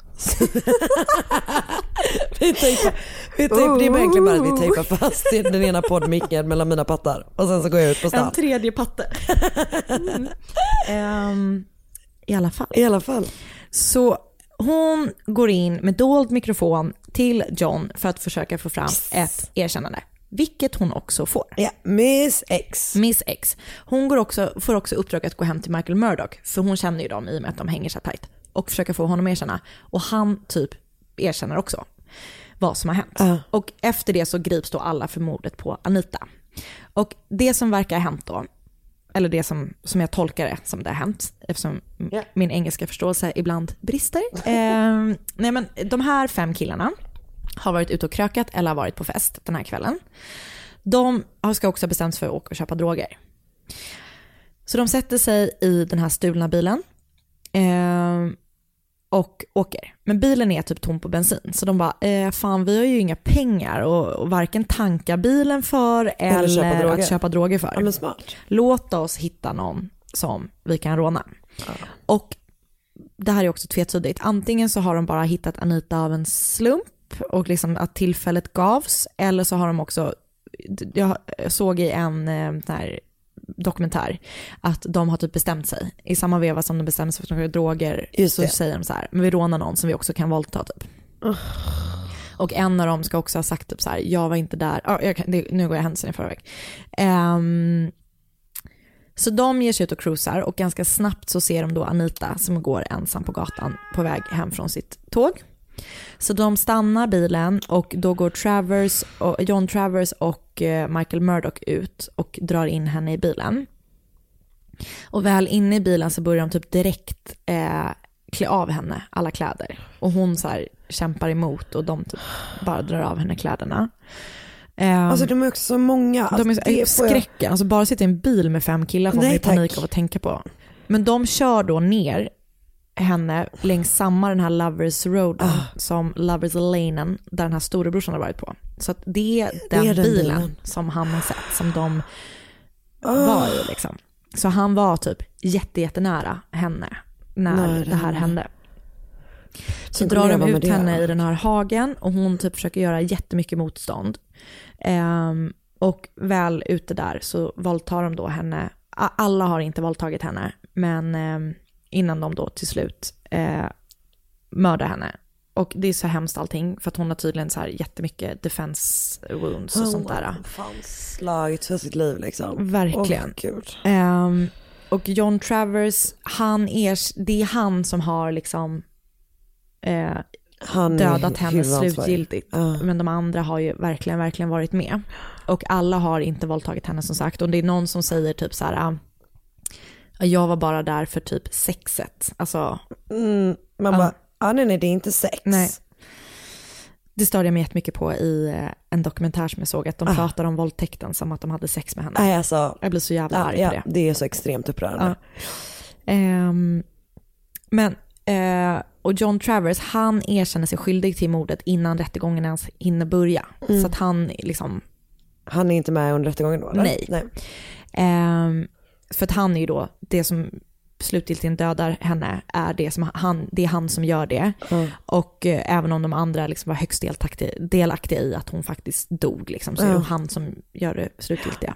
vi tejpar, vi tejpar, det är egentligen bara att vi tejpar fast den ena poddmicken mellan mina pattar och sen så går jag ut på stan. En tredje patte. mm. um, I alla fall. I alla fall. Så hon går in med dold mikrofon till John för att försöka få fram ett erkännande. Vilket hon också får. Ja, Miss X. Miss X. Hon går också, får också uppdrag att gå hem till Michael Murdoch. För hon känner ju dem i och med att de hänger så tajt. Och försöka få honom att erkänna. Och han typ erkänner också vad som har hänt. Uh. Och efter det så grips då alla för mordet på Anita. Och det som verkar ha hänt då, eller det som, som jag tolkar det som det har hänt, eftersom yeah. min engelska förståelse ibland brister. eh, nej men de här fem killarna har varit ute och krökat eller har varit på fest den här kvällen. De ska också bestämt sig för att åka och köpa droger. Så de sätter sig i den här stulna bilen eh, och åker. Men bilen är typ tom på bensin. Så de bara, eh, fan vi har ju inga pengar och, och varken tanka bilen för eller, eller köpa att köpa droger för. Ja, men smart. Låt oss hitta någon som vi kan råna. Ja. Och det här är också tvetydigt. Antingen så har de bara hittat Anita av en slump och liksom att tillfället gavs, eller så har de också, jag såg i en sån här dokumentär att de har typ bestämt sig i samma veva som de bestämmer sig för att de ska droger. Just så det. Säger de så här, men vi rånar någon som vi också kan våldta typ. Uh. Och en av dem ska också ha sagt typ så här, jag var inte där, oh, jag kan, det, nu går jag händelsen i förväg. Um, så de ger sig ut och cruisar och ganska snabbt så ser de då Anita som går ensam på gatan på väg hem från sitt tåg. Så de stannar bilen och då går Travers och John Travers och Michael Murdoch ut och drar in henne i bilen. Och väl inne i bilen så börjar de typ direkt eh, klä av henne alla kläder. Och hon så här kämpar emot och de typ bara drar av henne kläderna. Um, alltså de är också så många. Alltså, de är så, det skräcken. jag... Alltså bara sitta i en bil med fem killar får man ju panik av att tänka på. Men de kör då ner henne längs samma den här Lovers Road oh. som Lovers Lanen där den här storebrorsan har varit på. Så att det är den, det är den bilen, bilen som han har sett, som de oh. var i liksom. Så han var typ jätte, jättenära henne när Nej, det här hände. Så drar de ut henne i den här hagen och hon typ försöker göra jättemycket motstånd. Um, och väl ute där så våldtar de då henne. Alla har inte våldtagit henne, men um, innan de då till slut uh, mördar henne. Och det är så hemskt allting, för att hon har tydligen så här jättemycket defense wounds och oh, sånt där. Fan, slagit för sitt liv liksom. Verkligen. Oh, um, och John Travers, han är, det är han som har liksom eh, han dödat henne slutgiltigt. Uh. Men de andra har ju verkligen, verkligen varit med. Och alla har inte våldtagit henne som sagt. Och det är någon som säger typ så här: jag var bara där för typ sexet. Alltså, mm, man bara, ja, nej, nej, det är inte sex. Nej. Det störde jag mig jättemycket på i en dokumentär som jag såg, att de ah. pratar om våldtäkten som att de hade sex med henne. Nej, alltså, jag blir så jävla ja, arg ja, på det. Det är så extremt upprörande. Ja. Um, men uh, och John Travers, han erkänner sig skyldig till mordet innan rättegången ens hinner börja. Mm. Så att han liksom... Han är inte med under rättegången då, eller? Nej. Nej. Um, för att han är ju då det som slutgiltigt dödar henne, är det som han, det är han som gör det. Mm. Och eh, även om de andra liksom var högst delaktiga, delaktiga i att hon faktiskt dog liksom, så mm. är det han som gör det slutgiltiga.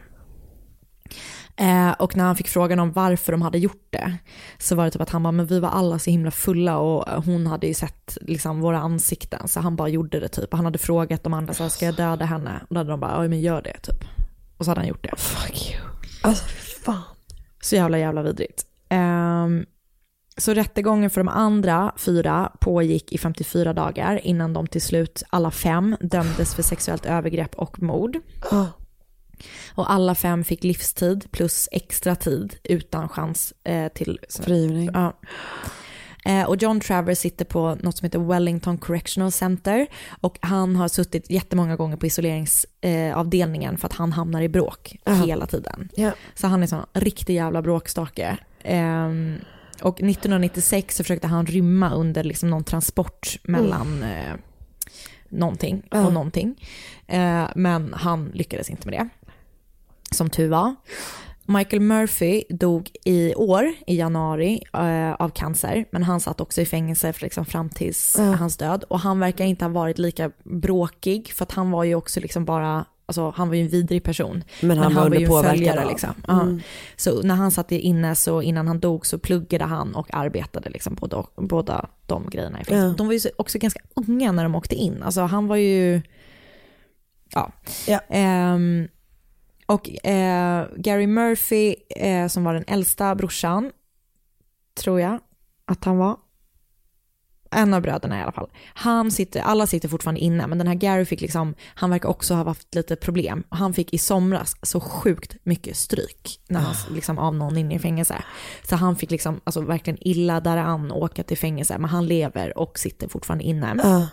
Eh, och när han fick frågan om varför de hade gjort det, så var det typ att han bara, men vi var alla så himla fulla och hon hade ju sett liksom våra ansikten, så han bara gjorde det typ. Och han hade frågat de andra så här, ska jag döda henne? Och då hade de bara, ja men gör det typ. Och så hade han gjort det. Fuck you. Alltså fan. Så jävla jävla vidrigt. Um, så rättegången för de andra fyra pågick i femtiofyra dagar innan de till slut alla fem dömdes för sexuellt övergrepp och mord. Oh. Och alla fem fick livstid plus extra tid utan chans eh, till frigivning. Ja. Eh, och John Travers sitter på något som heter Wellington Correctional Center, och han har suttit jättemånga gånger på isoleringsavdelningen eh, för att han hamnar i bråk uh-huh. hela tiden. Yeah. Så han är sån riktig jävla bråkstake. Um, och nittonhundranittiosex så försökte han rymma under liksom någon transport mellan mm. eh, någonting och uh. någonting. Eh, men han lyckades inte med det. Som tur var. Michael Murphy dog i år, i januari, eh, av cancer. Men han satt också i fängelse för liksom fram tills uh. hans död. Och han verkar inte ha varit lika bråkig, för att han var ju också liksom bara... Alltså, han var ju en vidrig person. Men han, men han var, var ju en följare liksom. Mm. Så när han satt inne, så innan han dog så pluggade han och arbetade liksom på do, båda de grejerna. Mm. De var ju också ganska unga när de åkte in. Alltså han var ju... Ja. ja. Um, och uh, Gary Murphy, uh, som var den äldsta brorsan, tror jag att han var. En av bröderna i alla fall. Han sitter, alla sitter fortfarande inne, men den här Gary fick liksom, han verkar också ha haft lite problem. Han fick i somras så sjukt mycket stryk när han liksom av någon inne i fängelse. Så han fick liksom, alltså verkligen illa däran åka till fängelse, men han lever och sitter fortfarande inne. Uh.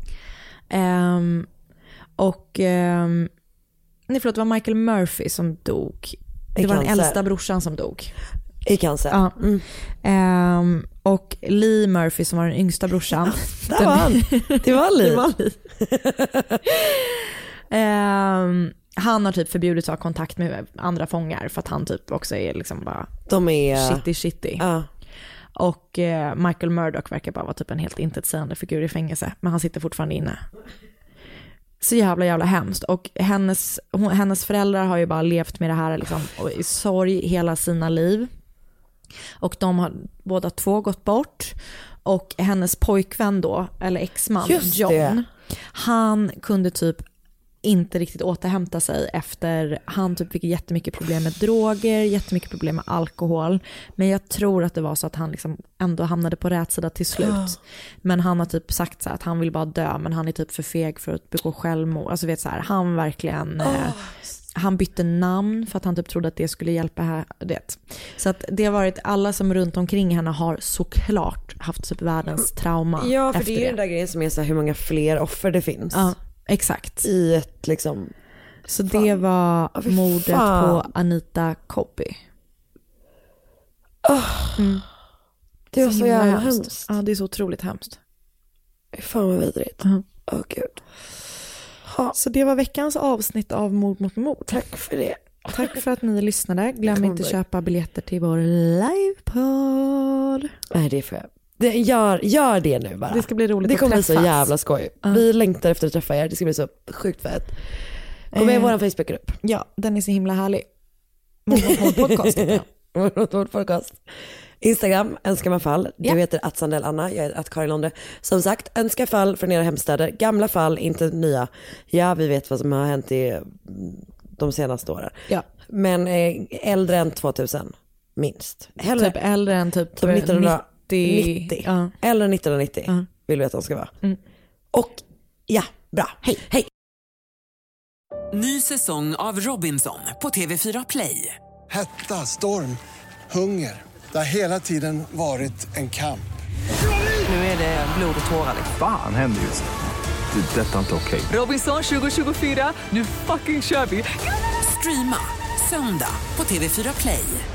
Um, och um, nej förlåt, det var Michael Murphy som dog. Det I var cancer. Den äldsta brorsan som dog. I cancer. Ja. Mm. Um, och Lee Murphy som var den yngsta brorsan. Det var han. Det var Lee. Det var Lee. um, han har typ förbjudits att ha kontakt med andra fångar för att han typ också är liksom bara de är shitty shitty. Uh. Och uh, Michael Murdoch verkar bara vara typ en helt intetsägande figur i fängelse, men han sitter fortfarande inne. Så jävla jävla hemskt. Och hennes, hon, hennes föräldrar har ju bara levt med det här liksom, i sorg hela sina liv. Och de har båda två gått bort. Och hennes pojkvän då, eller exman John, han kunde typ inte riktigt återhämta sig efter, han typ fick jättemycket problem med droger, jättemycket problem med alkohol. Men jag tror att det var så att han liksom ändå hamnade på rätt sida till slut. Oh. Men han har typ sagt så här att han vill bara dö, men han är typ för feg för att begå självmord. Alltså vet så här, han verkligen... Oh. Eh, han bytte namn för att han typ trodde att det skulle hjälpa här, det. Så att det har varit, alla som runt omkring henne har såklart haft typ världens trauma. Ja, för efter det är ju den där grejen som är så här, hur många fler offer det finns. Ja, exakt. I ett liksom Så det var oh, mordet fan. på Anita Kopi. Oh. Mm. Det var så, så jävla hemskt. hemskt. Ja, det är så otroligt hemskt. Fan vad vidrigt. Åh uh-huh. oh, gud. Ha. Så det var veckans avsnitt av Mord mot mord. Tack för det. Tack för att ni lyssnade. Glöm inte att köpa biljetter till vår livepodd. Nej, det är för det, gör, gör det nu bara. Det ska bli roligt. Det kommer bli så jävla skoj. Uh. Vi längtar efter att träffa er. Det ska bli så sjukt fett. Kom med i uh. vår Facebookgrupp. Ja, den är så himla härlig. Mord mot mord podcast. Mord mot mord podcast. Instagram, önskar man fall. Du yeah. heter att Sandell Anna, jag heter att Karin Londre. Som sagt, önska fall från era hemstäder. Gamla fall, inte nya. Ja, vi vet vad som har hänt i de senaste åren. Ja. Men eh, äldre än tvåtusen, minst. Hellre, typ äldre än typ, typ nittonhundranittio. Uh. Eller nittonhundranittio uh. vill vi att de ska vara. Mm. Och ja, bra. Hej, hej. Ny säsong av Robinson på T V fyra Play. Hetta, storm, hunger. Det har hela tiden varit en kamp. Nu är det blod och tårar. Fan händer just det. Det är detta inte okej. Okay. Robinson tjugo tjugofyra, nu fucking kör vi. Streama söndag på T V fyra Play.